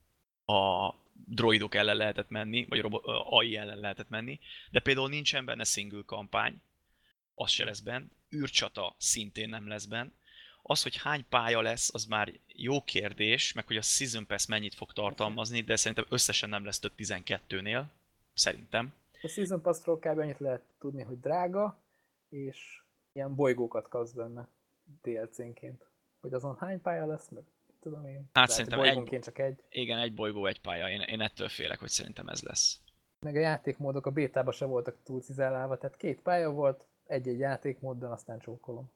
a droidok ellen lehetett menni, vagy a robo- a á i ellen lehetett menni, de például nincsen benne single kampány, az se lesz benne, űrcsata szintén nem lesz benne. Az, hogy hány pálya lesz, az már jó kérdés, meg hogy a Season Pass mennyit fog tartalmazni, de szerintem összesen nem lesz több tizenkettőnél, szerintem. A Season Pass-ról kb. Annyit lehet tudni, hogy drága, és ilyen bolygókat kapsz benne dé el cé-nként. Hogy azon hány pálya lesz, meg tudom én. Lehet, szerintem hogy egy- bolygónként csak egy. Igen, egy bolygó, egy pálya. Én, én ettől félek, hogy szerintem ez lesz. Meg a játékmódok a bétában se voltak túl cizellálva, tehát két pálya volt, egy-egy játékmóddal, aztán csókolom.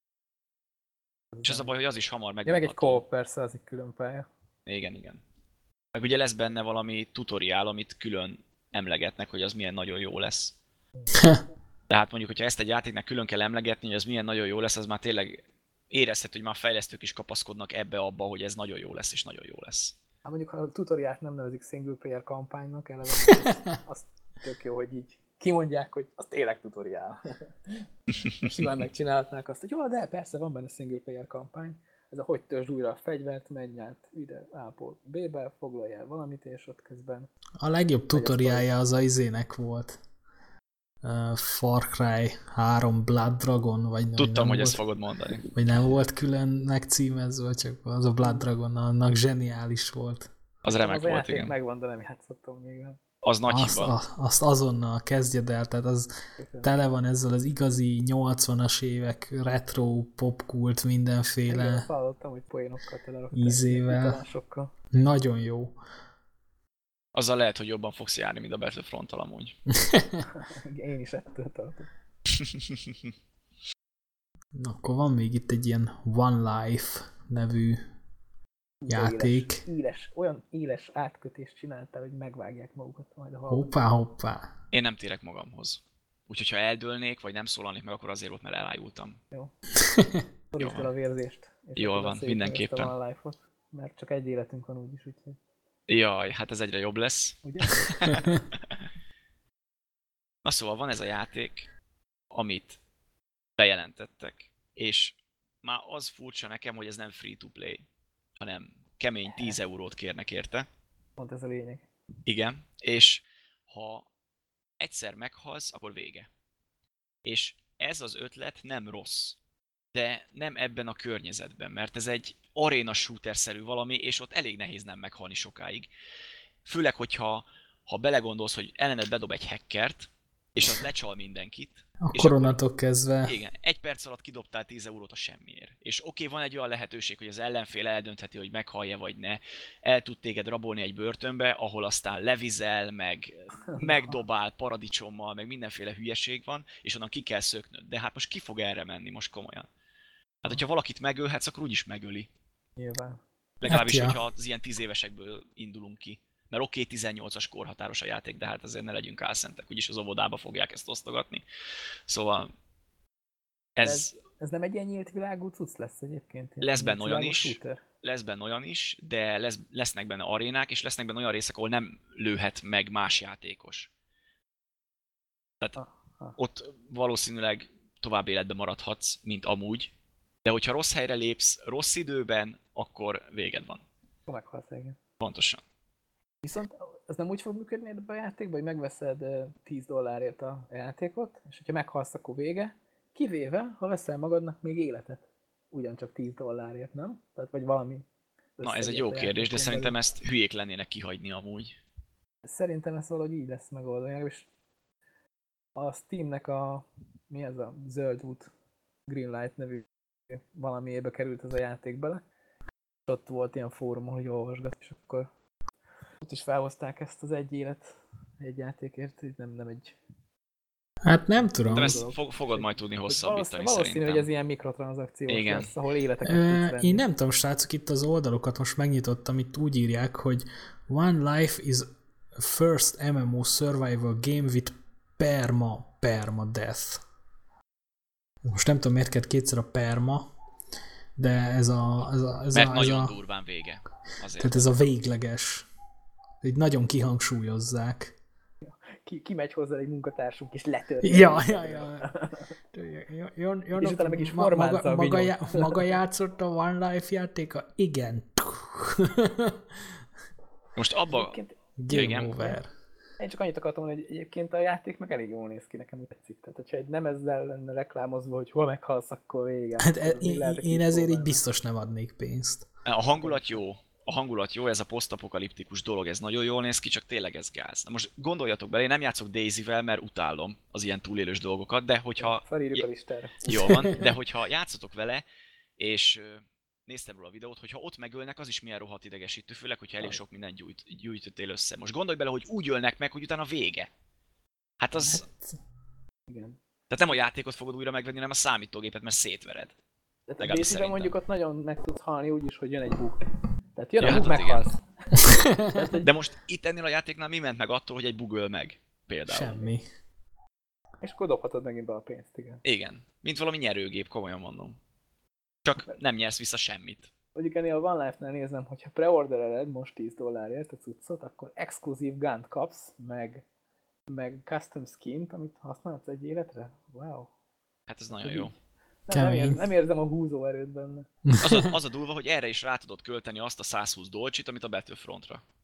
És az a baj, hogy az is hamar Ja, meg egy megoldható. co-op persze, az egy külön pálya. Igen, igen. Meg ugye lesz benne valami tutoriál, amit külön emlegetnek, hogy az milyen nagyon jó lesz. Tehát mondjuk, hogyha ezt egy játéknak külön kell emlegetni, hogy az milyen nagyon jó lesz, az már tényleg érezhető, hogy már a fejlesztők is kapaszkodnak ebbe-abba, hogy ez nagyon jó lesz, és nagyon jó lesz. Hát mondjuk, ha a tutoriált nem nevezik single player kampánynak, eleve az tök jó, hogy így kimondják, hogy az tényleg tutoriál. Simán megcsinálhatnák azt, hogy jó, de persze van benne single player kampány. Ez a hogy törzsd újra a fegyvert, menj át ide A-ból B-be, foglalj el valamit, és ott közben A legjobb tutoriálja az a izének volt. uh, Far Cry három Blood Dragon, vagy Tudtam, nem hogy volt, ezt fogod mondani. vagy nem volt külön megcímezve, csak az a Blood Dragon, annak zseniális volt. Az remek az a volt, játék igen. megvan, de nem játszottam még. Az nagy Azt, hiba. a, azt azonnal kezdjed el, tehát az tele van ezzel az igazi nyolcvanas évek retro popkult mindenféle Igen, azt hallottam, hogy poénokkal telerakták. ízével. Utalásokkal. Nagyon jó. Azzal lehet, hogy jobban fogsz járni, mint a Battlefront-tal amúgy. Én is ettől tartom. Na, akkor van még itt egy ilyen One Life nevű játék. Éles, éles, olyan éles átkötést csináltál, hogy megvágják magukat majd a hallgatók. Hoppá, hoppá. Én nem térek magamhoz. Úgyhogy ha eldőlnék, vagy nem szólalnék meg, akkor azért volt, mert elájultam. Jó. Jó Szorít fel a vérzést. És Jól akkor van, szépen mindenképpen. ezt a One Life-ot, mert csak egy életünk van úgyis, úgyhogy. Jaj, hát ez egyre jobb lesz. Ugye? Na szóval van ez a játék, amit bejelentettek, és már az furcsa nekem, hogy ez nem free-to-play, hanem kemény tíz eurót kérnek érte. Pont ez a lényeg. Igen, és ha egyszer meghalsz, akkor vége. És ez az ötlet nem rossz, de nem ebben a környezetben, mert ez egy arena shooter-szerű valami, és ott elég nehéz nem meghalni sokáig. Főleg, hogyha ha belegondolsz, hogy ellened bedob egy hackert, és az lecsal mindenkit. Akkor onnantól kezdve... Igen, egy perc alatt kidobtál tíz eurót a semmiért. És oké, okay, van egy olyan lehetőség, hogy az ellenfél eldöntheti, hogy meghallja vagy ne. El tud téged rabolni egy börtönbe, ahol aztán levizel, meg megdobál paradicsommal, meg mindenféle hülyeség van, és onnan ki kell szöknöd. De hát most ki fog erre menni, most komolyan? Hát, hogyha valakit megölhetsz, akkor úgyis megöli. Nyilván. Legalábbis, Hát, ja. hogyha az ilyen tíz évesekből indulunk ki. Mert oké, okay, tizennyolcas korhatáros a játék, de hát azért ne legyünk álszentek, úgyis az óvodába fogják ezt osztogatni. Szóval ez... Ez, ez nem egy ilyen nyílt világú cucc lesz egyébként? Lesz benne olyan is, Shooter. lesz benne olyan is, de lesz, lesznek benne arénák, és lesznek benne olyan részek, ahol nem lőhet meg más játékos. Tehát Aha. ott valószínűleg tovább életben maradhatsz, mint amúgy, de hogyha rossz helyre lépsz, rossz időben, akkor véged van. Akkor meghalsz, igen. Pontosan. Viszont ez nem úgy fog működni ebbe a játékba, hogy megveszed tíz dollárért a játékot, és hogyha meghalsz, akkor vége, kivéve, ha veszel magadnak még életet. Ugyancsak tíz dollárért, nem? Tehát vagy valami. Na ez egy jó kérdés, de szerintem ezt hülyék lennének kihagyni amúgy. Szerintem ez valahogy így lesz megoldani, és a Steamnek a, mi ez a zöld út, Greenlight nevű valamiébe került ez a játék bele, és ott volt ilyen fórumon, hogy olvasgat, és akkor ott is felhozták ezt az egy élet egy játékért, így nem, nem egy... Hát nem tudom. De ezt fog, fogod majd tudni hosszabbítani valószínű, szerintem. hogy ez ilyen mikrotranszakciós Igen. lesz, ahol életeket Ö, tudsz venni. én nem tudom, srácok, itt az oldalokat most megnyitottam, itt úgy írják, hogy One Life is first em em o survival game with perma, perma death. Most nem tudom, miért kellett kétszer a perma, de ez a... Ez a, ez Mert a, ez nagyon a, durván vége. Azért. Tehát ez a végleges. Így nagyon kihangsúlyozzák. Ki, ki megy hozzá egy munkatársunk, és letörni. Ja, ja, ja. Jön, jön, És utána meg is ma, formálta maga, a maga, vinyom. já, maga játszott a One Life játéka? Igen. Most abba... Egyébként Game Igen. over. Én csak annyit akartam mondani, hogy egyébként a játék meg elég jól néz ki, nekem úgy tetszik. Tehát, hogyha egy nem ezzel lenne reklámozva, hogy hol meghalsz, akkor vége. Hát Akkor én, lehet, én hogy ezért így próbálnak. biztos nem adnék pénzt. A hangulat jó. A hangulat jó, ez a posztapokaliptikus dolog, ez nagyon jól néz ki, csak tényleg ez gáz. Na most gondoljatok bele, én nem játszok Daisy-vel, mert utálom az ilyen túlélős dolgokat, de hogyha... Felírjuk a listára. Jól van, de hogyha játszotok vele, és néztem róla a videót, hogyha ott megölnek, az is milyen rohadt idegesítő, főleg, hogyha elég sok mindent gyújt, gyújtöttél össze. Most gondolj bele, hogy úgy ölnek meg, hogy utána vége. Hát az... Igen. Tehát nem a játékot fogod újra megvenni, hanem a számítógépet, mert szétvered. Tehát a Legalábbis Daisy-ben szerintem. mondjuk ott nagyon meg tudsz halni úgy is, hogy jön egy bug. Tehát jön Ja, a hát bug, ott igen. meghalsz. Tehát, hogy... De most itt ennél a játéknál mi ment meg attól, hogy egy bug öl meg? Például. Semmi. És akkor dobhatod megint be a pénzt, igen. Igen. Mint valami nyerőgép, komolyan mondom. Csak nem nyersz vissza semmit. Mondjuk ennél a One Life-nál nézem, hogyha preordereled most tíz dollárért a cuccot, akkor exkluzív gunt kapsz, meg, meg custom skint, amit használhatsz egy életre. Wow. Hát ez nagyon jó. Nem, nem, Kemény. érzem, nem érzem a húzó erőt benne. Az a, az a durva, hogy erre is rá tudod költeni azt a száz húsz dolcsit, amit a Battlefrontra.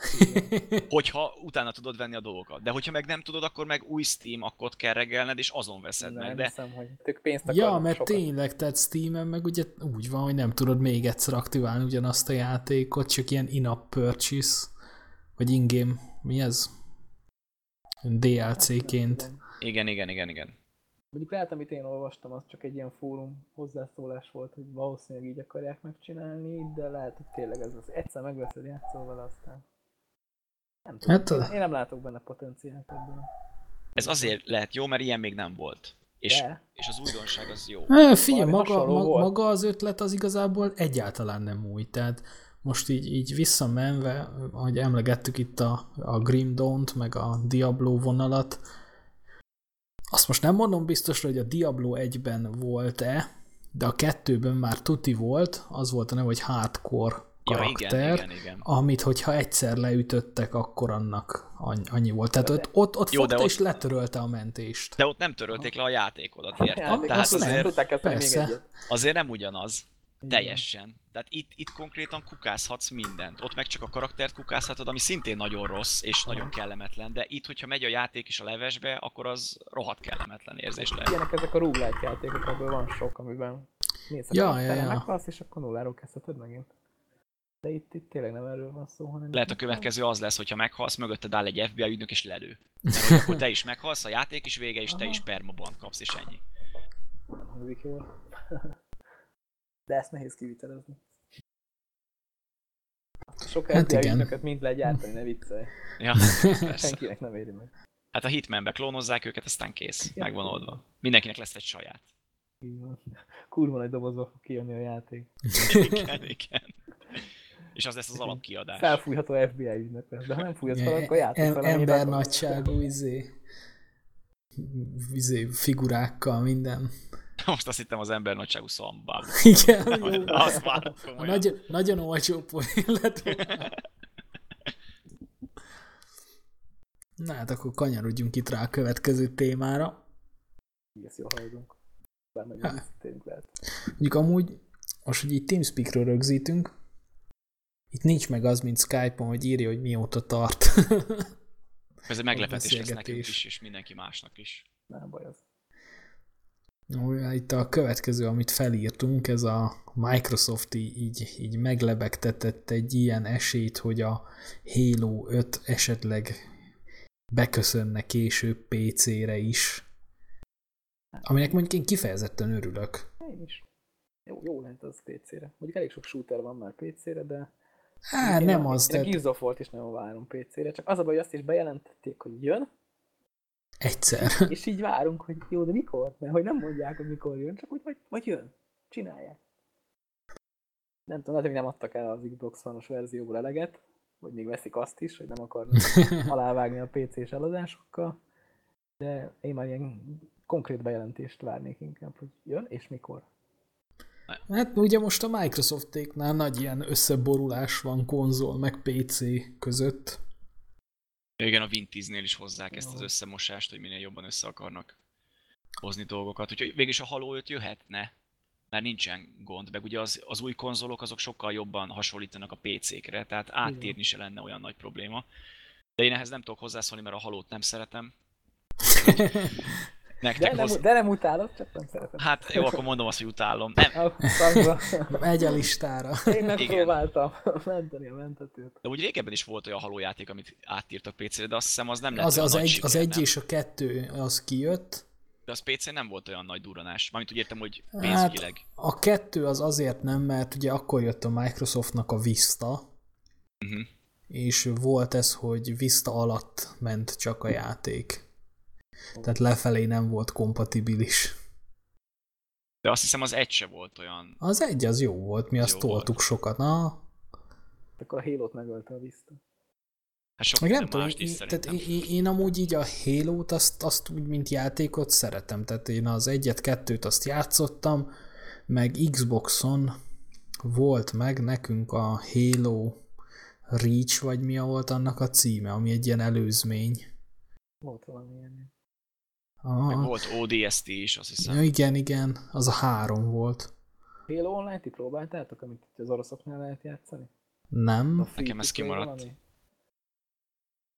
Hogyha utána tudod venni a dolgokat. De hogyha meg nem tudod, akkor meg új Steam akkot kell reggelned, és azon veszed Nem meg. De hiszem, hogy tök pénzt Ja, akarnak mert sokat. tényleg, tehát Steamen meg ugye úgy van, hogy nem tudod még egyszer aktiválni ugyanazt a játékot, csak ilyen in-app purchase, vagy in-game, mi ez? dé el cé-ként. Nem tudom. igen, igen, igen, igen. Mondjuk lehet, amit én olvastam, az csak egy ilyen fórum hozzászólás volt, hogy valószínűleg így akarják megcsinálni, de lehet, hogy tényleg ez az. Egyszer megveszed, játszol vele, aztán nem tudom. Hát, Én, én nem látok benne potenciált ebben. Ez azért lehet jó, mert ilyen még nem volt. És, De. és az újdonság az jó. Ö, Figyelj, Valami maga, hasonló maga, volt. maga az ötlet az igazából egyáltalán nem új. Tehát most így, így visszamenve, ahogy emlegettük itt a, a Grim Dawn-t, meg a Diablo vonalat, azt most nem mondom biztosra, hogy a Diablo egyben volt-e, de a kettőben már tuti volt, az volt a neve, hogy hardcore Ja, karakter, igen, igen, igen. amit hogyha egyszer leütöttek, akkor annak annyi volt. Tehát ott, ott, ott Jó, fogta de ott- és letörölte a mentést. De ott nem törölték le a játékodat, érted? Játék, Tehát azt nem. azért, tudták kezdeni még persze. egyet. azért nem ugyanaz. Igen. Teljesen. Tehát itt, itt konkrétan kukázhatsz mindent. Ott meg csak a karaktert kukázhatod, ami szintén nagyon rossz és nagyon kellemetlen, de itt, hogyha megy a játék is a levesbe, akkor az rohadt kellemetlen érzés lehet. Ilyenek ezek a roguelike játékok, ebből van sok, amiben mész a Ja, karakterre, ja, ja. meghalsz, és akkor nulláról kezdheted megint. De itt, itt tényleg nem erről van szó, hanem... Lehet a következő az lesz, hogyha meghalsz, mögötted áll egy ef bé i ügynök és lelő. Mert hogy akkor te is meghalsz, a játék is vége, és te is permabant kapsz, és ennyi. Nem hangzik jól. De ezt nehéz kivitelezni. Sok Hát ef bé i igen. ügynököt mind legyártani, ne viccelj. Ja, persze. Senkinek nem éri meg. Hát a Hitmanbe klónozzák őket, aztán kész. Meg van oldva. Mindenkinek lesz egy saját. Így van. Kurva nagy dobozba fog kijönni a játék. Igen, igen. És az lesz az alapkiadás. Felfújható ef bé i ügynök lesz, de ha nem fújhatsz fel, akkor játék em, fel. ember nagyságú izé, izé, figurákkal, minden. Most azt hittem az ember nagyságú szambáb. Igen, jó. Azt már A komolyan. nagy, nagyon olcsó poén lett volna. Na hát akkor kanyarodjunk itt rá a következő témára. Ezt jól haladunk. Bár meg Hát. visszatérünk lehet. Mondjuk amúgy, most, hogy így TeamSpeak-ről rögzítünk, itt nincs meg az, mint Skype-on, hogy írja, hogy mióta tart. Ez egy meglepetés lesz beszélgetés. nekünk is, és mindenki másnak is. Nem baj az. No, itt a következő, amit felírtunk, ez a Microsoft így, így meglebegtetett egy ilyen esélyt, hogy a Halo öt esetleg beköszönne később pé cére is. Aminek mondjuk én kifejezetten örülök. Én is. Jó, jó lehet az pé cére. Mondjuk elég sok shooter van már pé cére, de... Á, én nem a, az, én a de Gears of War-t is nagyon várom pé cére. Csak az a baj, hogy azt is bejelentették, hogy jön, egyszer. és így várunk, hogy jó, de mikor? Mert hogy nem mondják, hogy mikor jön, csak úgy, vagy, vagy jön. Csinálják. Nem tudom, lehet, hogy nem adtak el az Xbox One-os verzióból eleget, vagy még veszik azt is, hogy nem akarnak alávágni a pé cés eladásokkal, de én már ilyen konkrét bejelentést várnék inkább, hogy jön, és mikor. Hát ugye most a Microsoftéknál nagy ilyen összeborulás van konzol meg pé cé között. Igen, a Win tíznél is hozzák ezt az összemosást, hogy minél jobban össze akarnak hozni dolgokat. Úgyhogy végülis a Halo öt jöhetne, mert nincsen gond, meg ugye az, az új konzolok azok sokkal jobban hasonlítanak a pé cékre, tehát áttérni se lenne olyan nagy probléma. De én ehhez nem tudok hozzászólni, mert a Halót nem szeretem. De Nektek nem, hoz... de nem utálod, csak nem szeretem. Hát jó, akkor mondom azt, hogy utálom. Nem, Ah, szarva. Megy a listára. Én megpróbáltam menteni a mentetőt. de úgy régebben is volt olyan Halo játék, amit átírtak pé cére, de azt hiszem az nem lett Az, olyan az, nagy egy, siker, az egy nem? és a kettő az kijött. De az pé cén nem volt olyan nagy duranás. Mármint úgy értem, hogy Hát pénzügyileg. a kettő az azért nem, mert ugye akkor jött a Microsoftnak a Vista, Uh-huh. és volt ez, hogy Vista alatt ment csak a játék. Tehát lefelé nem volt kompatibilis. De azt hiszem az egy se volt olyan. Az egy az jó volt, mi Az azt jó toltuk sokat. Na, Akkor a Halo-t megölte a Vista. Hát sok meg nem minden tudom, mást is én, tehát szerintem. én, én amúgy így a Halo-t azt, azt úgy, mint játékot szeretem. Tehát én az egyet, kettőt azt játszottam, meg Xboxon volt meg nekünk a Halo Reach, vagy mi volt annak a címe, ami egy ilyen előzmény. Volt valami ilyen. Meg Aha. volt ó dé es té is, azt hiszem. Ja, igen, igen, az a három volt. Halo Online-t ti próbáltátok, amit itt az oroszoknál lehet játszani? Nem? A free Nekem ez to play kimaradt. valami?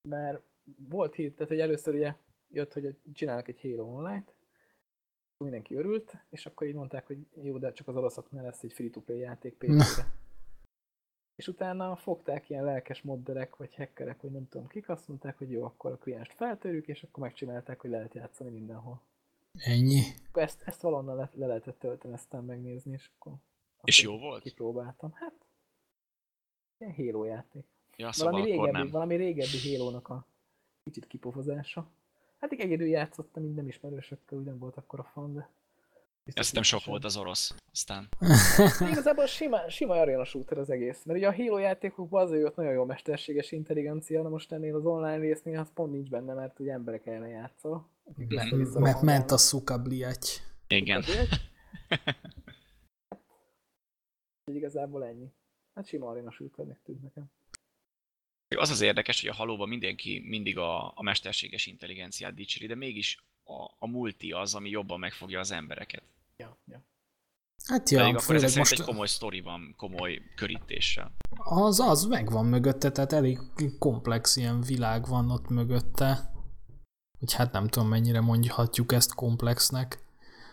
mert volt hír, tehát hogy először ugye jött, hogy csinálnak egy Halo Online-t, mindenki örült, és akkor így mondták, hogy jó, de csak az oroszoknál lesz egy free-to-play játék pé cére. És utána fogták ilyen lelkes modderek, vagy hackerek, vagy nem tudom kik, azt mondták, hogy jó, akkor a klienst feltörjük, és akkor megcsinálták, hogy lehet játszani mindenhol. Ennyi. Akkor ezt, ezt valahonnan le, le lehetett tölteni, aztán megnézni, és akkor... És jó volt? Kipróbáltam. Hát, ilyen Halo játék. Ja, szóval valami, akkor régebbi, nem. valami régebbi Halo-nak a kicsit kipofozása. Hát így egyedül játszottam, így nem ismerősökkel, úgy nem volt akkora fan, de... Azt hiszem sok volt az orosz, aztán... Igazából sima, sima arena shooter az egész, mert ugye a Halo játékokban azért jött nagyon jó mesterséges intelligencia, na most ennél az online résznél az pont nincs benne, mert ugye emberek ellen játszol. Mert ment a szukabliáty. Igen. Igazából ennyi. Hát sima arena shooternek tűnt nekem. Az az érdekes, hogy a Halo-ban mindenki mindig a, a mesterséges intelligenciát dicséri, de mégis a, a multi az, ami jobban megfogja az embereket. Ja, ja. Hát ja, Pedig akkor ez most... egy komoly sztori van, komoly körítéssel. Az, az megvan mögötte, tehát elég komplex ilyen világ van ott mögötte. Hogy hát nem tudom, mennyire mondhatjuk ezt komplexnek.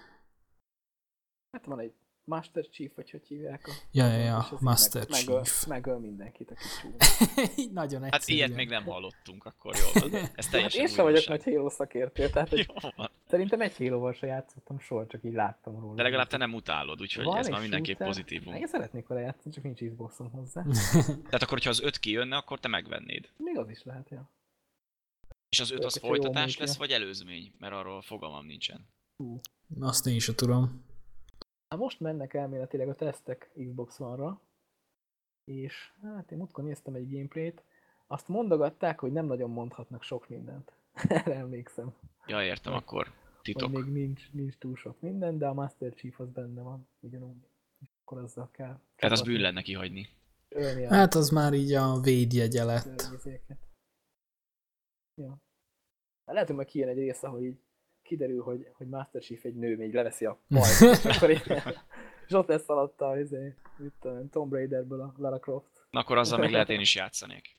Hát van egy Master Chief, vagy hogy hívják a... Ja, ja, ja, Master meg, Chief. Megöl, megöl mindenkit, aki csúl. Nagyon egyszerűen. Hát ilyet még nem hallottunk, akkor jól van. Ez teljesen hát én sem vagyok újdonság. nagy Halo szakértő, tehát hogy Jó van. szerintem egy Halo-val se játszottam soha, csak így láttam róla. De legalább te nem utálod, úgyhogy Van ez egy már mindenképp shooter. pozitívum. Én szeretnék vele játszani, csak nincs Xboxom hozzá. Tehát akkor, hogyha az öt kijönne, akkor te megvennéd. Még az is lehet, ja. És az öt az Hogyha jó folytatás múltja. lesz, vagy előzmény? Mert arról fogalmam nincsen. Azt én is tudom. Hát most mennek elméletileg a tesztek Xbox One-ra, és hát én múltkor néztem egy gameplayt, azt mondogatták, hogy nem nagyon mondhatnak sok mindent. Erre emlékszem. Ja, értem, akkor titok. Hogy még nincs, nincs túl sok minden, de a Master Chief az benne van, ugyanúgy. És akkor azzal kell. Tehát az bűn lenne kihagyni. Ölni a Hát az már így a védjegye lett. törvényzéket. Ja. Hát lehet, hogy majd kijön egy rész, ahol így kiderül, hogy, hogy Master Chief egy nő, még leveszi a pajt, és akkor így, és ott lesz alatta az, mit tudom, Tomb Raiderből a Lara Croft. Na akkor azzal még lehet én is játszanék.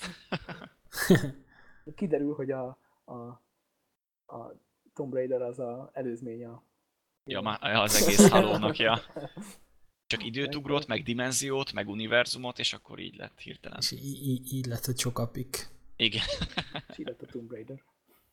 Kiderül, hogy a, a, a Tomb Raider az a előzmény a... Ja, má- az egész Halo-nak, ja. Csak időt ugrott, meg dimenziót, meg univerzumot, és akkor így lett hirtelen. És í- í- így lett a csokapik. Igen. És így lett a Tomb Raider.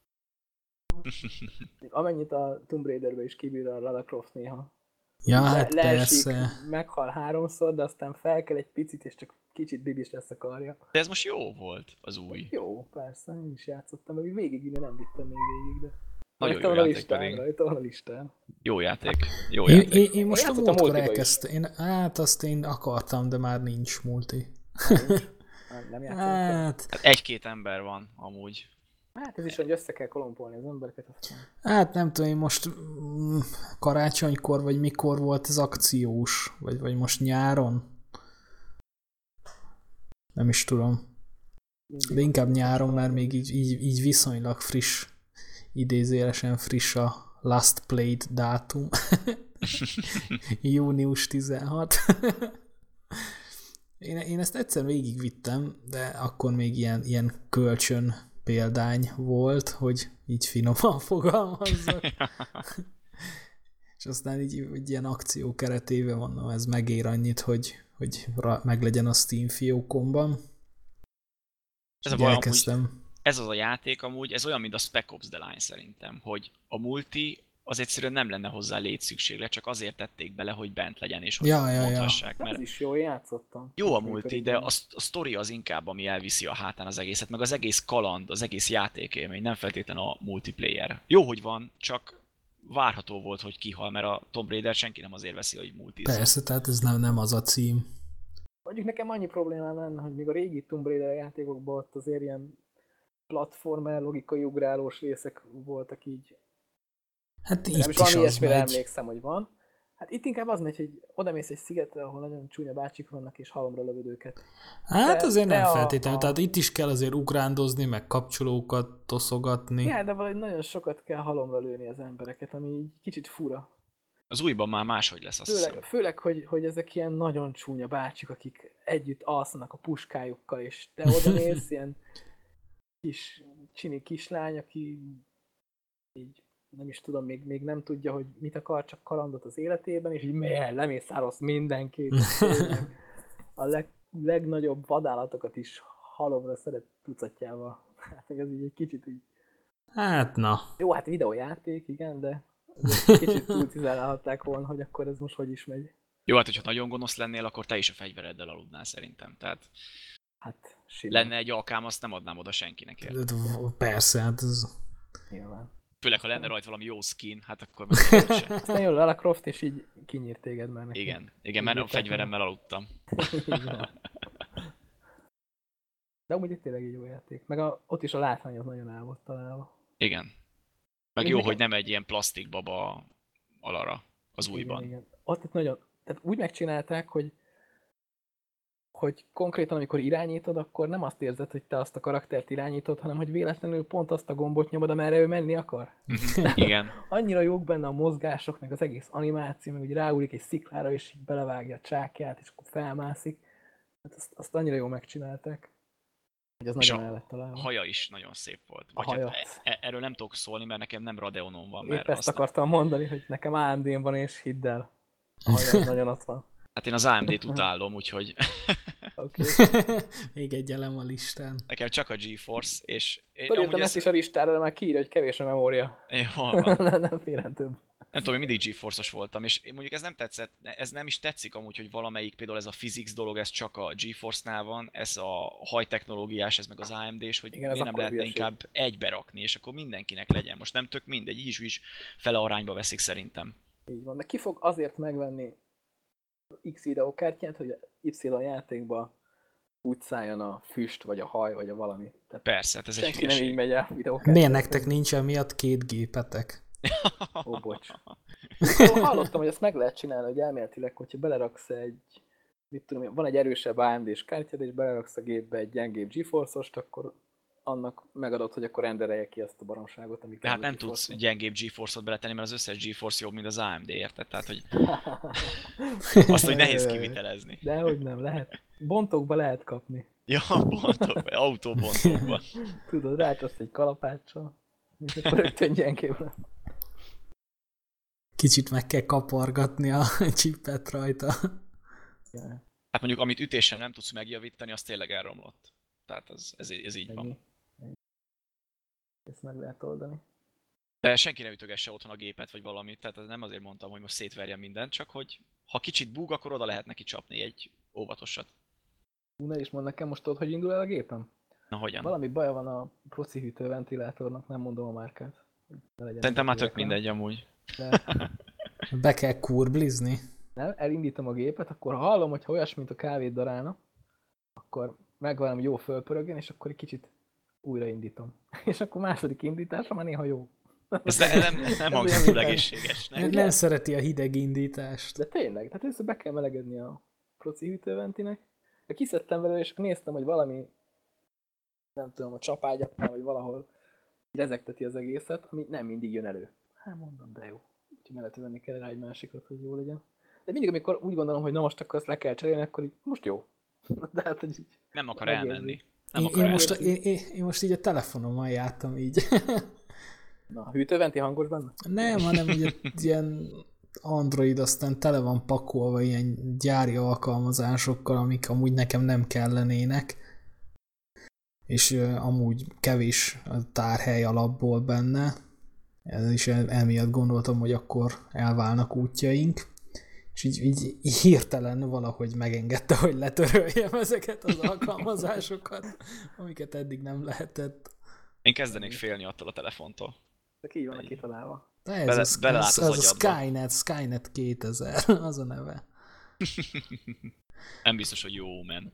Amennyit a Tomb Raiderbe is kibír a Lara Croft néha. Ja, Le- hát leesik, persze. meghal háromszor, de aztán fel kell egy picit, és csak kicsit bibis lesz a karja. De ez most jó volt, az új. Jó, persze, én is játszottam, meg végig innen nem vittem még végig, de... Nagyon rajta jó van a játék listán, pedig. rajta van a listán. Jó játék. Jó Én, játék. én, én most a játszottam múltkor multiba is. elkezdtem. Én, hát azt én akartam, de már nincs multi. Nem, nem játszottam. Hát, Hát egy-két ember van amúgy. Hát ez is, hogy össze kell kolompolni az embereket, aztán... hát nem tudom, én most mm, karácsonykor, vagy mikor volt az akciós, vagy, vagy most nyáron. Nem is tudom. De inkább nyáron, mert még így, így, így viszonylag friss, idézélesen friss a last played dátum. június tizenhatodika. én, én ezt egyszer végigvittem, de akkor még ilyen, ilyen kölcsön példány volt, hogy így finoman fogalmazzak. És aztán így, így ilyen akció keretében mondom, ez megér annyit, hogy, hogy ra, meglegyen a Steam fiókomban. Ez, a Így baj, elkezdtem. amúgy, ez az a játék amúgy, ez olyan, mint a Spec Ops The Line szerintem, hogy a multi az egyszerűen nem lenne hozzá létszükséglet, csak azért tették bele, hogy bent legyen és hogy Ja, ja, ja. mondhassák. Ez Mert is jó, én játszottam. jó a Működik multi, de benne. a, a sztori az inkább, ami elviszi a hátán az egészet, meg az egész kaland, az egész játékélmény, nem feltétlenül a multiplayer. Jó, hogy van, csak várható volt, hogy kihal, mert a Tomb Raider senki nem azért veszi, hogy multiz. Persze, tehát ez nem, nem az a cím. Mondjuk nekem annyi problémám lenne, hogy még a régi Tomb Raider játékokban ott azért ilyen platformer, logikai ugrálós részek voltak így. Hát Nem itt is is valami az ilyesmire megy. emlékszem, hogy van. Hát itt inkább az megy, hogy oda mész egy szigetre, ahol nagyon csúnya bácsik vannak, és halomra lövöd őket. Hát De- azért de nem a- feltétlenül, a- tehát itt is kell azért ugrándozni, meg kapcsolókat toszogatni. Ja, de valahogy nagyon sokat kell halomra lőni az embereket, ami így kicsit fura. Az újban már máshogy lesz, azt Főleg, hiszem. főleg hogy, hogy ezek ilyen nagyon csúnya bácsik, akik együtt alszanak a puskájukkal, és te oda mész, ilyen kis, csini kislány, aki így nem is tudom, még, még nem tudja, hogy mit akar, csak kalandot az életében, és így milyen lemészároz mindenkit. A leg, legnagyobb vadállatokat is halomra szeret tucatjával. Hát ez így egy kicsit így... Hát na. Jó, hát videójáték, igen, de kicsit túlcizálhatták volna, hogy akkor ez most hogy is megy. Jó, hát hogyha nagyon gonosz lennél, akkor te is a fegyvereddel aludnál szerintem. Tehát hát simán. Lenne egy alkám, azt nem adnám oda senkinek. Érte. Persze, hát ez... Nyilván. Főleg, ha lenne rajta valami jó skin, hát akkor meg sem. Aztán jön Lara Croft, és így kinyírt téged már neki. Igen, igen, mert a fegyveremmel aludtam. De amúgy itt tényleg egy jó játék. Meg a, ott is a látvány az nagyon el volt találva. Igen. Meg Én jó, nekem... hogy nem egy ilyen plastikbaba a Lara az újban. Igen, igen. Ott itt nagyon... Tehát úgy megcsinálták, hogy hogy konkrétan, amikor irányítod, akkor nem azt érzed, hogy te azt a karaktert irányítod, hanem hogy véletlenül pont azt a gombot nyomod, amerre ő menni akar. Igen. Annyira jók benne a mozgások, meg az egész animáció, meg úgy ráúlik egy sziklára, és így belevágja a csákját, és akkor felmászik. Hát azt, azt annyira jól megcsinálták, hogy az nagyon el lett találva. A haja is nagyon szép volt. A Vagy hát, e- erről nem tudok szólni, mert nekem nem Radeonon van. Mert Épp ezt azt akartam mondani, hogy nekem á em dén van, és hidd el. A haja nagyon ott van. Hát én az á em dét utálom, úgyhogy... Okay. Még egy elem a listán. Nekem csak a GeForce, és... Fölírtam ezt is a listára, de már kiírja, hogy kevés a memória. Jól van. Nem félem több. Nem tudom, én mindig GeForce-os voltam, és mondjuk ez nem tetszett, ez nem is tetszik amúgy, hogy valamelyik, például ez a physics dolog, ez csak a GeForce-nál van, ez a hajtechnológiás, ez meg az á em dés, hogy igen, miért nem lehetne inkább egybe rakni, és akkor mindenkinek legyen. Most nem tök mindegy, így is, is fele arányba veszik szerintem. Így van, de ki fog azért megvenni X videókártyát, hogy Y játékba úgy szálljon a füst, vagy a haj, vagy a valami. Tehát persze, hát ez egy senki nem így megy el videókártyát. Miért nektek nincsen miatt két gépetek? Ó, bocs. Szóval hallottam, hogy ezt meg lehet csinálni, hogy elméletileg, hogyha beleraksz egy, mit tudom, van egy erősebb á em dés kártyád, és beleraksz a gépbe egy gyengébb GeForce-ost, akkor annak megadod, hogy akkor renderelje ki ezt a baromságot, amit... De hát nem tudsz gyengébb GeForce-ot beletenni, mert az összes GeForce jobb, mint az á em dé, érted? Tehát, hogy azt, hogy nehéz kivitelezni. Dehogy nem, lehet. Bontókba lehet kapni. Ja, bontókba, autóbontókba. Tudod, rácsasz egy kalapáccsal, és akkor rögtön gyengébb lesz. Kicsit meg kell kapargatni a chipet rajta. Ja. Hát mondjuk, amit ütésen nem tudsz megjavítani, az tényleg elromlott. Tehát ez, ez, ez így van. Ezt meg lehet oldani. De senki ne ütögesse otthon a gépet, vagy valamit. Tehát nem azért mondtam, hogy most szétverjen mindent, csak hogy ha kicsit búg, akkor oda lehet neki csapni egy óvatosat. Hú, ne is mond nekem, most tudod, hogy indul el a gépem? Na hogyan? Valami baja van a proci hűtőventilátornak, nem mondom a márkát. Szerintem már tök mindegy amúgy. De... Be kell kurblizni. Nem, elindítom a gépet, akkor ha hallom, hogy olyas, mint a kávét darálna, akkor meg valami jó fölpörögjen, és akkor egy kicsit újraindítom. És akkor második indításra már néha jó. Ez ne, nem, nem hangzik túl egészséges. Nem, nem szereti a hideg indítást. De tényleg, tehát először be kell melegedni a proci hűtőventinek. De kiszedtem vele, és néztem, hogy valami, nem tudom, a csapágyaknál, vagy valahol rezegteti az egészet, ami nem mindig jön elő. Hát mondom, de jó. Úgyhogy mellett venni kell rá egy másikat, hogy jó legyen. De mindig, amikor úgy gondolom, hogy na most akkor ezt le kell cserélni, akkor így most jó. De hát, hogy így nem akar elmenni. Nem én, akar én, most, én, én, én most így a telefonommal jártam így. Na, a hűtőventi hangos benne? Nem, hanem ugye ilyen Android aztán tele van pakolva ilyen gyári alkalmazásokkal, amik amúgy nekem nem kellenének. És uh, amúgy kevés tárhely alapból benne. Ez is el, emiatt gondoltam, hogy akkor elválnak útjaink. És így, így hirtelen valahogy megengedte, hogy letöröljem ezeket az alkalmazásokat, amiket eddig nem lehetett. Én kezdenék félni attól a telefontól. De így vannak kitalálva. De ez Bele, az, belelát az, az, az a agyadba. Skynet, Skynet kétezer, az a neve. Nem biztos, hogy jó, man.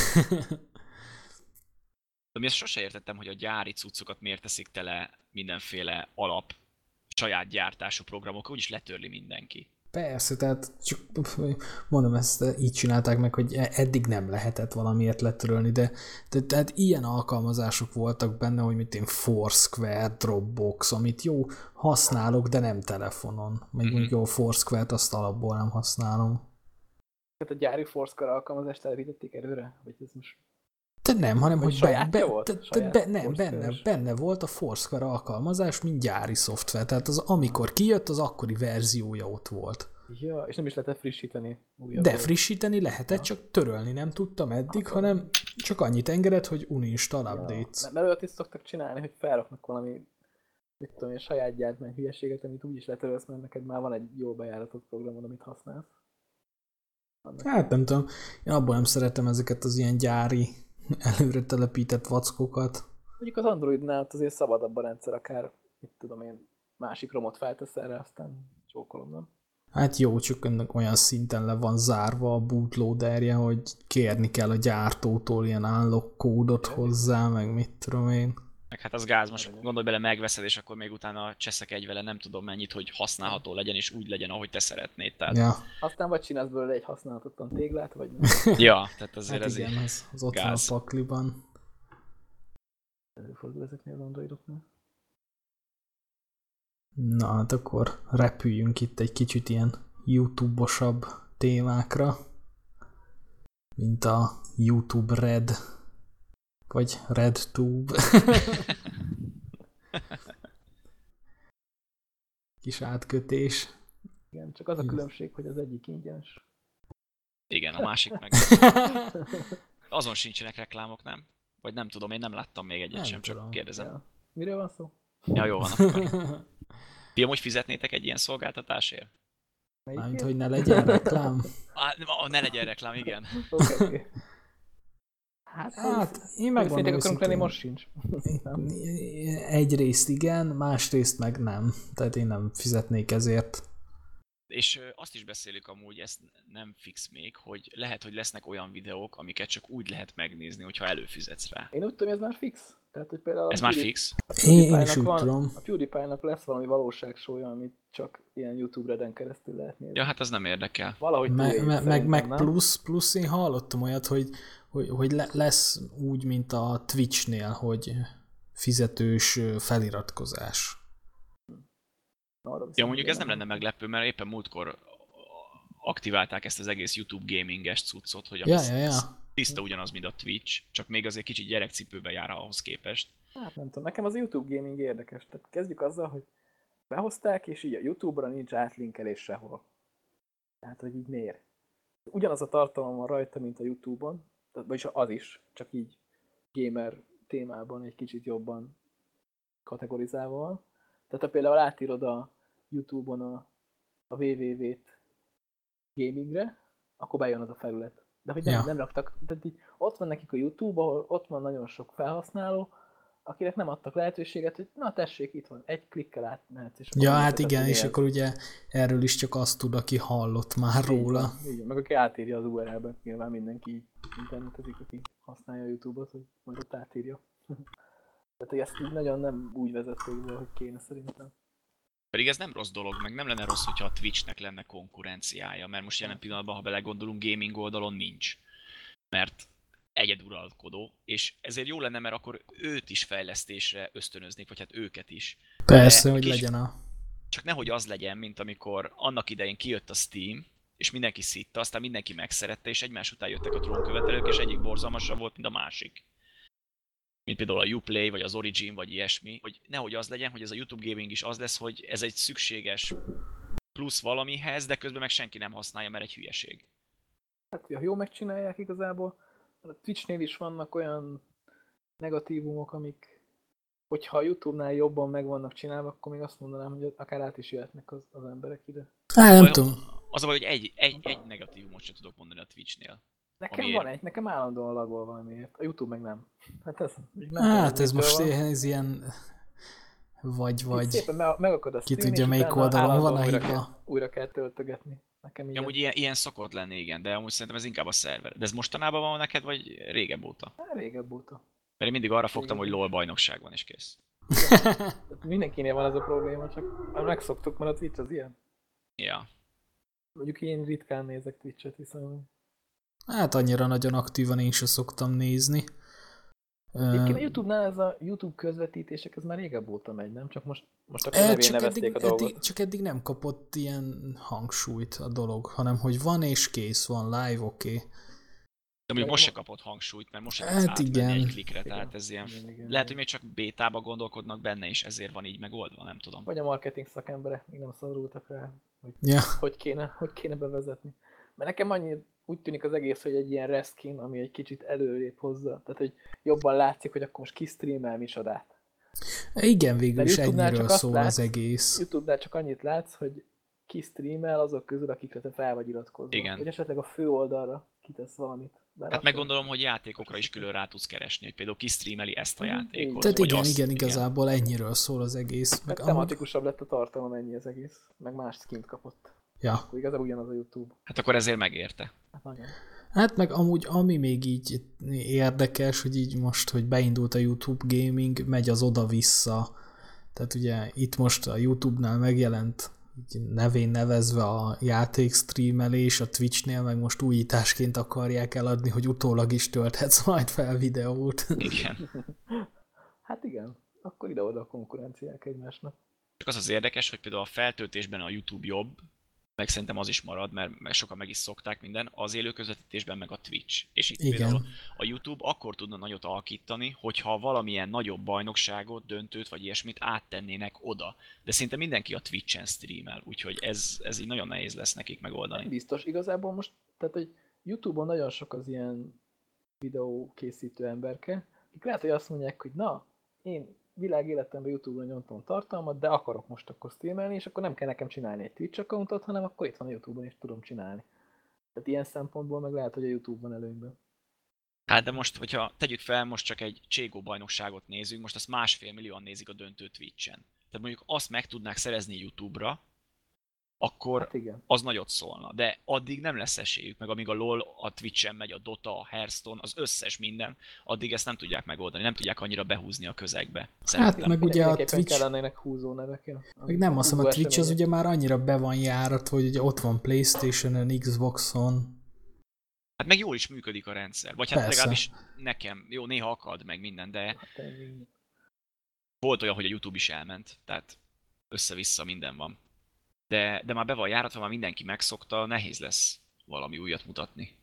De mi ezt sose értettem, hogy a gyári cuccokat miért teszik tele mindenféle alap, saját gyártású programok, úgyis letörli mindenki. Persze, tehát csak mondom, ezt így csinálták meg, hogy eddig nem lehetett valamiért letörölni, de, de tehát ilyen alkalmazások voltak benne, hogy mint én Foursquare, Dropbox, amit jó, használok, de nem telefonon. Még Mm-hmm. mondjuk jó, Foursquare-t azt alapból nem használom. Tehát a gyári Foursquare alkalmazást elvítették előre? Vagy ez most... Te nem, hanem Vagy hogy be, sajátja be, volt? te, te, Saját be, nem, Foursquare-es? benne, benne volt a Foursquare alkalmazás, mint gyári szoftver. Tehát az amikor kijött, az akkori verziója ott volt. Ja, és nem is lehetett frissíteni újabb. De frissíteni lehetett, csak törölni nem tudtam eddig, hanem csak annyit engedett, hogy uninstall updates. Ja. Mert olyat is szoktak csinálni, hogy felraknak valami, mit tudom én, saját gyártmány hülyeséget, amit úgy is letörölsz, mert neked már van egy jól bejáratott programod, amit használsz. Annak Hát nem tudom, én abban nem szeretem ezeket az ilyen gyári, előre telepített vackokat. Mondjuk az Androidnál azért szabadabb a rendszer, akár, mit tudom én, másik romot feltesz erre, aztán csókolom, nem? Hát jó, csak ennek olyan szinten le van zárva a bootloaderje, hogy kérni kell a gyártótól ilyen unlock kódot hozzá, meg mit tudom én. Meg hát az gáz, most gondolj bele, megveszed, és akkor még utána cseszek egy vele nem tudom mennyit, hogy használható legyen, és úgy legyen, ahogy te szeretnéd. Tehát... Ja. Aztán vagy csinálsz belőle egy használhatatlan téglát, vagy nem. Ja, tehát azért Hát ez igen, így az, az ott gáz. van a pakliban. Előfordul ezeknél az androidoknál. Na, hát akkor repüljünk itt egy kicsit ilyen YouTube-osabb témákra, mint a YouTube Red, vagy RedTube. Kis átkötés. Igen, csak az a különbség, hogy az egyik ingyenes. Igen, a másik meg. Azon sincsenek reklámok, nem? Vagy nem tudom, én nem láttam még egyet Nem sem, tudom. csak kérdezem. Ja. Miről van szó? Ja, jó van akkor. Ti amúgy fizetnétek egy ilyen szolgáltatásért? Mármint, hogy ne legyen reklám. Á, ne legyen reklám, igen. Oké, oké. Hát, Hát, én megmondom megmondom akarunk lenni, őszintén, most sincs. egyrészt igen, másrészt meg nem. Tehát én nem fizetnék ezért. És ö, azt is beszélik amúgy, ezt nem fix még, hogy lehet, hogy lesznek olyan videók, amiket csak úgy lehet megnézni, hogyha előfizetsz rá. Én úgy tudom, ez már fix. Tehát, hogy például Ez a már Pewdie- fix? Én, én is PewDiePie-nak úgy van, tudom. A PewDiePie-nak lesz valami valóságsója, amit csak ilyen YouTube Red-en keresztül lehet nézni. Ja, hát az nem érdekel. Valahogy Me, túléljük me, meg, szerintem, meg nem? plusz, plusz én hallottam olyat, hogy, hogy, hogy le, lesz úgy, mint a Twitch-nél, hogy fizetős ö, feliratkozás. Na, arra Ja, viszont mondjuk igen, ez nem lenne meglepő, mert éppen múltkor aktiválták ezt az egész YouTube gaminges cuccot, hogy Ja, az ja, ja. tiszta ugyanaz, mint a Twitch, csak még azért kicsit gyerekcipőben jár ahhoz képest. Hát nem tudom, nekem az a YouTube gaming érdekes. Tehát kezdjük azzal, hogy behozták, és így a YouTube-ra nincs átlinkelés sehol. Tehát, hogy így miért? Ugyanaz a tartalom van rajta, mint a YouTube-on, tehát, vagyis az is, csak így gamer témában egy kicsit jobban kategorizálva van. Tehát ha például átírod a YouTube-on a, a www-t gamingre, akkor bejön az a felület. De hogy nem, Ja. nem raktak, tehát így ott van nekik a YouTube, ahol ott van nagyon sok felhasználó, akinek nem adtak lehetőséget, hogy na tessék, itt van, egy klikkel átmehetsz. És akkor Ja, hát nézheted, igen, hogy és mi ez. akkor ugye erről is csak azt tud, aki hallott már Így róla. van, így van. Meg aki átírja az u er el-be, nyilván mindenki így internetezik, aki használja a YouTube-ot, hogy majd ott átírja. Tehát, hogy ezt így nagyon nem úgy vezették be, hogy kéne szerintem. Pedig ez nem rossz dolog, meg nem lenne rossz, hogyha a Twitchnek lenne konkurenciája, mert most jelen pillanatban, ha belegondolunk, gaming oldalon nincs. Mert egyeduralkodó, és ezért jó lenne, mert akkor őt is fejlesztésre ösztönöznék, vagy hát őket is. Persze, De hogy kis- legyen a... Csak nehogy az legyen, mint amikor annak idején kijött a Steam, és mindenki szitta, aztán mindenki megszerette, és egymás után jöttek a trónkövetelők, és egyik borzalmasabb volt, mint a másik. Mint például a Uplay, vagy az Origin, vagy ilyesmi, hogy nehogy az legyen, hogy ez a YouTube gaming is az lesz, hogy ez egy szükséges plusz valamihez, de közben meg senki nem használja, mert egy hülyeség. Hát, ha jól megcsinálják igazából, a Twitchnél is vannak olyan negatívumok, amik, hogyha a YouTube-nál jobban meg vannak csinálva, akkor még azt mondanám, hogy akár át is jöhetnek az, az emberek ide. Hát nem Olyan- tudom. Az a baj, hogy egy, egy, egy negatívumot sem tudok mondani a Twitchnél. Nekem Amiért? van egy, nekem állandóan lagol valamiért. A YouTube meg nem. Hát ez, így nem Hát tudom, ez mitől most van. ilyen- ez ilyen... Vagy, Így vagy... szépen me- megakad a Ki stream, tudja, és melyik utána oldalon állandóan van a újra hiba. Kell, újra kell töltögetni. Nekem így Ja, amúgy ilyen, ilyen szokott lenni, igen, de amúgy szerintem ez inkább a szerver. De ez mostanában van neked, vagy régebb óta? hát, régebb óta. Mert én mindig arra fogtam, hogy LOL bajnokság van, és kész. Tehát mindenkinél van ez a probléma, csak megszoktuk, mert a Twitch az ilyen. Ja. Mondjuk én ritkán nézek Twitch-et, hiszen Hát annyira nagyon aktívan én sem szoktam nézni. egyébként a Ö, YouTube-nál ez a YouTube közvetítések, ez már régebb óta megy, nem? Csak most, most akkor E, nevén csak, nevezték eddig, a dolgot. eddig, csak eddig nem kapott ilyen hangsúlyt a dolog, hanem hogy van és kész, van live, oké. Okay. De még most se kapott hangsúlyt, mert most se tudsz Hát átmenni igen. egy klikre, Igen. tehát ez ilyen... Igen, igen, Lehet, igen. hogy még csak bétába gondolkodnak benne, és ezért van így megoldva, nem tudom. Vagy a marketing szakemberek még nem szorultak rá, hogy Ja. hogy kéne, hogy kéne bevezetni. Mert nekem annyi úgy tűnik az egész, hogy egy ilyen reskin, ami egy kicsit előrébb hozza. Tehát, hogy jobban látszik, hogy akkor most ki streamel micsodát. Igen, végül Mert is YouTube-nál ennyiről csak azt szól látsz- az egész. YouTube-nál csak annyit látsz, hogy ki streamel azok közül, akikre te fel vagy iratkozva. Igen. Vagy esetleg a fő oldalra kitesz valamit. Bár Hát akkor- meg gondolom, hogy játékokra is külön rá tudsz keresni, hogy például ki streameli ezt a Mhm, játékot. Tehát vagy igen, azt, igen, igazából ennyiről szól az egész. Meg Meg amúgy, tematikusabb lett a tartalom, ennyi az egész. Meg más skint kapott. ja. Akkor igazából ugyanaz a YouTube. Hát akkor ezért megérte. Hát nagyon. Hát meg amúgy ami még így érdekes, hogy így most, hogy beindult a YouTube Gaming, megy az oda-vissza. Tehát ugye itt most a YouTube-nál megjelent így nevén nevezve a játékstreamelés, a Twitch-nél meg most újításként akarják eladni, hogy utólag is tölthetsz majd fel videót. Igen. Hát igen. Akkor ide-oda a konkurenciák egymásnak. Csak az az érdekes, hogy például a feltöltésben a YouTube jobb, meg szerintem az is marad, mert, mert sokan meg is szokták minden, az élő közvetítésben meg a Twitch. És itt Igen. például a YouTube akkor tudna nagyot alakítani, hogyha valamilyen nagyobb bajnokságot, döntőt vagy ilyesmit áttennének oda. De szinte mindenki a Twitch-en streamel, úgyhogy ez, ez így nagyon nehéz lesz nekik megoldani. Biztos. Igazából most, tehát hogy YouTube-on nagyon sok az ilyen videó készítő emberke, akik lehet, hogy azt mondják, hogy na, én világéletemben YouTube-on nyomtam tartalmat, de akarok most akkor streamelni, és akkor nem kell nekem csinálni egy Twitch accountot, hanem akkor itt van a YouTube-on, és tudom csinálni. Tehát ilyen szempontból meg lehet, hogy a YouTube van előnyben. Hát de most, hogyha tegyük fel, most csak egy Cségó bajnokságot nézünk, most azt másfél millióan nézik a döntő Twitch-en. Tehát mondjuk azt meg tudnák szerezni YouTube-ra, akkor Hát igen. az nagyot szólna. De addig nem lesz esélyük, meg amíg a LoL a Twitch-en megy, a Dota, a Hearthstone, az összes minden, addig ezt nem tudják megoldani, nem tudják annyira behúzni a közegbe. Szerintem. Hát meg ugye a Mindenképpen Twitch, kellenének húzó nevek. ja. meg nem azt hiszem, a Húzó Twitch az események. ugye már annyira be van járatva, hogy ugye ott van PlayStation-on, Xboxon. Hát meg jól is működik a rendszer. Vagy hát Persze. legalábbis nekem, jó, néha akad meg minden, de Hát ennyi. volt olyan, hogy a YouTube is elment, tehát össze-vissza minden van. De, de már be van járatva, már mindenki megszokta, nehéz lesz valami újat mutatni.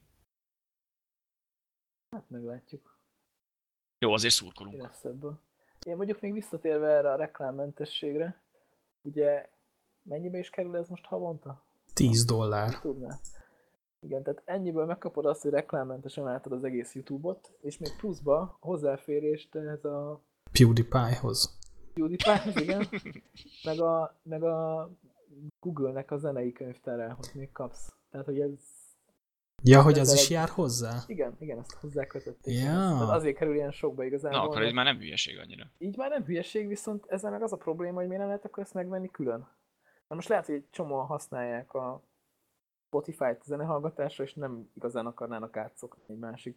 Hát meglátjuk, Jó, azért mi szurkolunk. lesz ebből. Én mondjuk még visszatérve erre a reklámmentességre, ugye mennyibe is kerül ez most havonta? tíz dollár. YouTube-nál? Igen, tehát ennyiből megkapod azt, hogy reklámmentesen látod az egész YouTube-ot, és még pluszba hozzáférést ez a PewDiePie-hoz. PewDiePie-hoz, igen, meg a, meg a Google-nek a zenei könyvtárához még kapsz. Tehát, hogy ez... Ja, hogy az ezzel is egy- jár hozzá? Igen, igen, ezt hozzákötötték. Ja. Tehát azért kerül ilyen sokba igazából. Na, akkor ez mert már nem hülyeség annyira. Így már nem hülyeség, viszont ezzel meg az a probléma, hogy miért nem lehet akkor ezt megvenni külön. Na most lehet, hogy egy csomóan használják a Spotify-t a zenehallgatásra, és nem igazán akarnának átszokni egy másik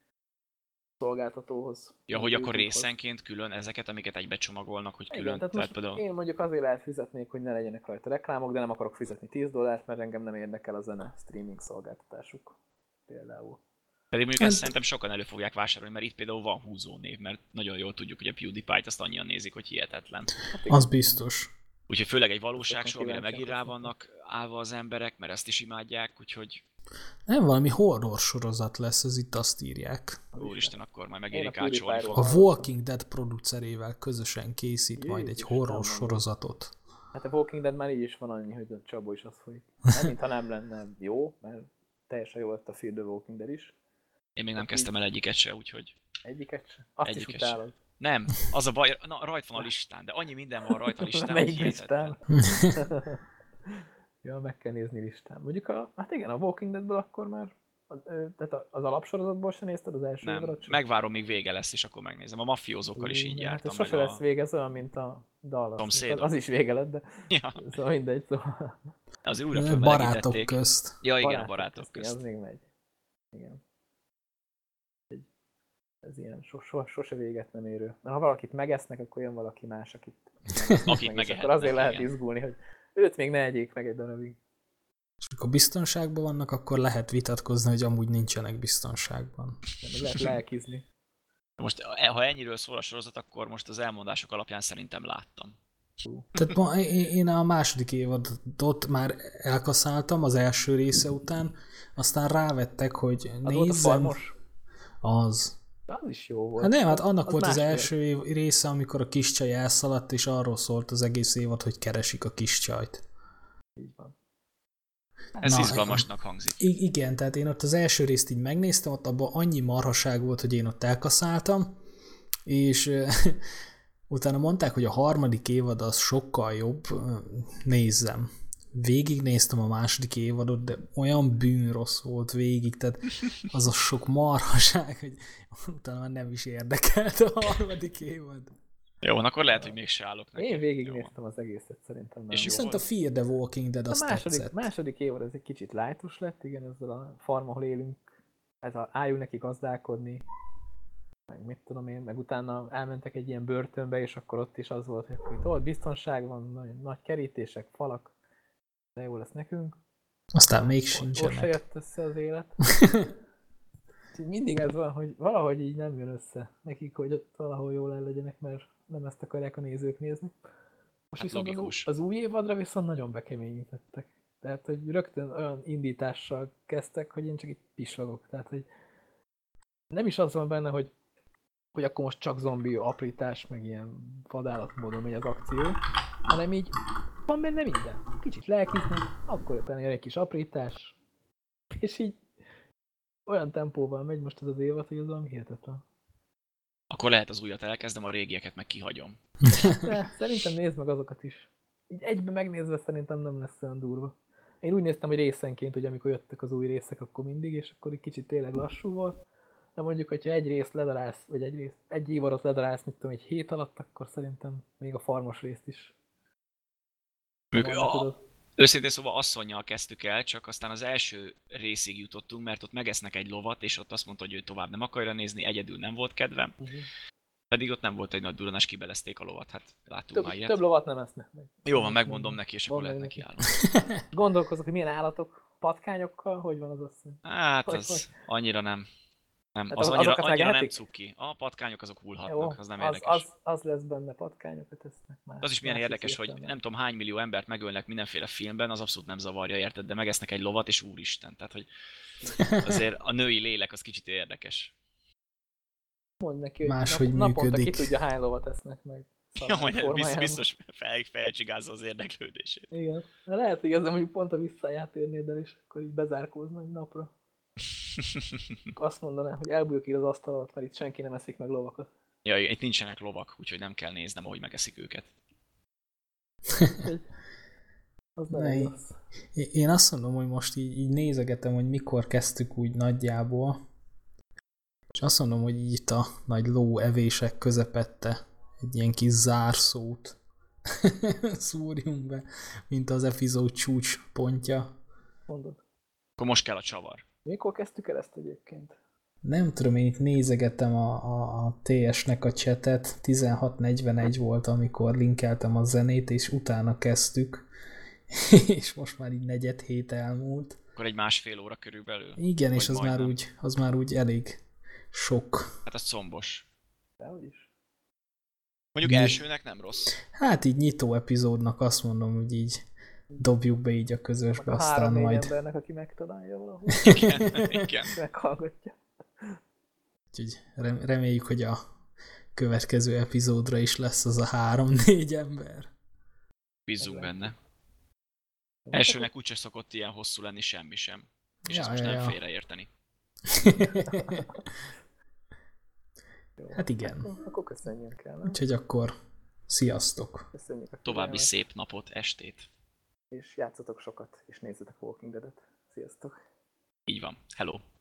szolgáltatóhoz. Ja, a hogy akkor YouTube-hoz. részenként külön ezeket, amiket egybe csomagolnak, hogy Igen, külön, tehát tehát most például... én mondjuk azért lehet fizetnék, hogy ne legyenek rajta reklámok, de nem akarok fizetni tíz dollárt, mert engem nem érdekel a zene streaming szolgáltatásuk. Például. Pedig mondjuk Hát- ezt szerintem sokan elő fogják vásárolni, mert itt például van húzónév, mert nagyon jól tudjuk, hogy a PewDiePie-t azt annyian nézik, hogy hihetetlen. Hát igen, Az biztos. Úgyhogy főleg egy valóságshow, amire kíváncsiak megint rá lesznek. vannak állva az emberek, mert ezt is imádják, úgyhogy Nem, valami horror sorozat lesz, ez itt azt írják. az is úristen, akkor majd Én a megérik PewDiePie-ról átsolni A fog. van. Walking Dead producerével közösen készít majd egy Jézus, horror nem sorozatot. Hát a Walking Dead már így is van annyi, hogy a Csabó is azt folyik. Nem, mintha nem lenne jó, mert teljesen jó lett a Fear the Walking Dead is. Én még nem kezdtem el egyiket se, úgyhogy... Egyiket se. Azt Egyiket is se. utálod. Nem, az a baj, na rajt van a listán, de annyi minden van rajta a listán, hogy Melyik hihetetlen. listán? Ja, meg kell nézni listán. Mondjuk a, hát igen, a Walking Deadből akkor már, az, ö, tehát az alapsorozatból sem nézted az első Nem, évadot sem? megvárom, még vége lesz, és akkor megnézem. A mafiózókkal is így Ú, jártam. Hát ez sose meg lesz vége, ez olyan, mint a Dallas. Szomszédok. Az is vége lett, de Ja, szóval mindegy, szóval. azért újra Barátok fölmelegítették. közt. Ja, igen, a barátok közt, közt. Az még megy. Igen. Egy- Ez ilyen so, so, sose véget nem érő. Mert ha valakit megesznek, akkor jön valaki más, akit megesznek Akit meg, és megehetnek, akkor azért lehet igen. izgulni, hogy őt még ne egyék meg egy darabig. És amikor biztonságban vannak, akkor lehet vitatkozni, hogy amúgy nincsenek biztonságban. De meg lehet lelkizni. Most, ha ennyiről szól a sorozat, akkor most az elmondások alapján szerintem láttam. Tehát ma, én én a második évadot már elkaszáltam az első része után, aztán rávettek, hogy Az volt a nézzem. farmos? Az. Az is jó volt. Hát nem, hát annak az volt az más első év, része, amikor a kis csaj elszaladt, és arról szólt az egész évad, hogy keresik a kis csajt. Így van. Ez Na, izgalmasnak hangzik. I- igen, tehát én ott az első részt így megnéztem, ott abban annyi marhaság volt, hogy én ott elkaszáltam, és utána mondták, hogy a harmadik évad az sokkal jobb, nézzem. Végignéztem a második évadot, de olyan bűnrossz volt végig, tehát az a sok marhaság, hogy utána már nem is érdekelt a harmadik évad. Jó, akkor lehet, hogy mégse állok neki. Én végignéztem az egészet, szerintem nem. És jó Viszont volt? a Fear the Walking Dead A azt második, tetszett. második évad ez egy kicsit lightos lett, igen, ezzel a farm, ahol élünk, ez a álljunk neki gazdálkodni, meg mit tudom én, meg utána elmentek egy ilyen börtönbe, és akkor ott is az volt, hogy itt ott biztonság van, nagyon nagy kerítések, falak, de jó lesz nekünk. Aztán még Ott, ott se sincsenek. jött össze az élet. Úgyhogy mindig ez van, hogy valahogy így nem jön össze nekik, hogy ott valahol jól el legyenek, mert nem ezt akarják a nézők nézni. Most Hát viszont az, logikus. az új évadra viszont nagyon bekeményítettek. Tehát, hogy rögtön olyan indítással kezdtek, hogy én csak itt pislogok. Tehát, hogy nem is az van benne, hogy, hogy akkor most csak zombi aprítás, meg ilyen vadállatmódon megy az akció, hanem így van benne minden. Kicsit lelkiznek, akkor utána jön egy kis aprítás, és így olyan tempóval megy most ez az évad, hogy az valami hihetetlen. Akkor lehet az újat elkezdem, a régieket meg kihagyom. De szerintem nézd meg azokat is. Így egybe megnézve szerintem nem lesz olyan durva. Én úgy néztem, hogy részenként, hogy amikor jöttek az új részek, akkor mindig, és akkor egy kicsit tényleg lassú volt. De mondjuk, hogyha egy részt ledarálsz, vagy egy, rész, egy évadot ledarálsz, mit tudom, egy hét alatt, akkor szerintem még a farmos részt is. Mondjuk, Vannak, a, tudod. őszintén szóval asszonnyal kezdtük el, csak aztán az első részig jutottunk, mert ott megesznek egy lovat, és ott azt mondta, hogy ő tovább nem akarja nézni, egyedül nem volt kedvem. Uh-huh. Pedig ott nem volt egy nagy duranás, kibelezték a lovat, hát láttunk Több, már ilyet. több lovat nem esznek meg. Jó van, megmondom neki, és akkor Mondd lehet meg neki állni. Gondolkozok, hogy milyen állatok, patkányokkal, hogy van az asszony? Hát Hogy- az annyira nem. Nem, Hát az az- annyira, azokat annyira nem megehetik? cuki. A patkányok azok Jó, hullhatnak, az nem az, érdekes. az, az lesz benne, patkányokat esznek már. Az is milyen Más érdekes, hogy értelme. nem tudom hány millió embert megölnek mindenféle filmben, az abszolút nem zavarja, érted? De megesznek egy lovat, és úristen. Tehát, hogy azért a női lélek az kicsit érdekes. Mondd neki, hogy Máshogy nap, naponta ki működik. tudja hány lovat esznek meg. Ja, Szarvás majd biz- formájában. biztos fel, felcsigázza az érdeklődését. Igen. De lehet, hogy ezzel mondjuk pont a visszáját érnéd el, és akkor így bezárkózna egy napra. Azt mondaná, hogy elbújok így az asztal alatt, mert itt senki nem eszik meg lovakat. Ja, itt nincsenek lovak, úgyhogy nem kell néznem, ahogy megeszik őket. Az Ne, nem így- rossz. É- Én azt mondom, hogy most így, így nézegetem, hogy mikor kezdtük úgy nagyjából, és azt mondom, hogy így itt a nagy ló evések közepette egy ilyen kis zárszót szúrjunk be, mint az epizód csúcs pontja. Mondod. Akkor most kell a csavar. Mikor kezdtük el ezt egyébként? Nem tudom, én itt nézegetem a, a, a té es-nek a chatet, tizenhat negyvenegy volt, amikor linkeltem a zenét, és utána kezdtük, és most már így negyed hét elmúlt. Akkor egy másfél óra körülbelül. Igen, Vagy és az már, majdnem. úgy, az már úgy elég sok. Hát az combos. Dehogy is. Mondjuk Mi? elsőnek nem rossz. Hát így nyitó epizódnak azt mondom, hogy így dobjuk be így a közösbe, Meg a aztán három-négy majd... embernek, aki megtalálja valahol, Igen, igen. meghallgatja. Úgyhogy rem- reméljük, hogy a következő epizódra is lesz az a három-négy ember. Bízzunk benne. Elsőnek úgyse szokott ilyen hosszú lenni semmi sem. És Ja, ezt most ja, nem ja. félreérteni. Jó. Hát igen. Akkor, akkor köszönjünk el, nem? Úgyhogy akkor sziasztok! Köszönjük a További figyelmet, szép napot, estét. és játszatok sokat, és nézzetek Walking Dead-et. Sziasztok! Így van. Hello.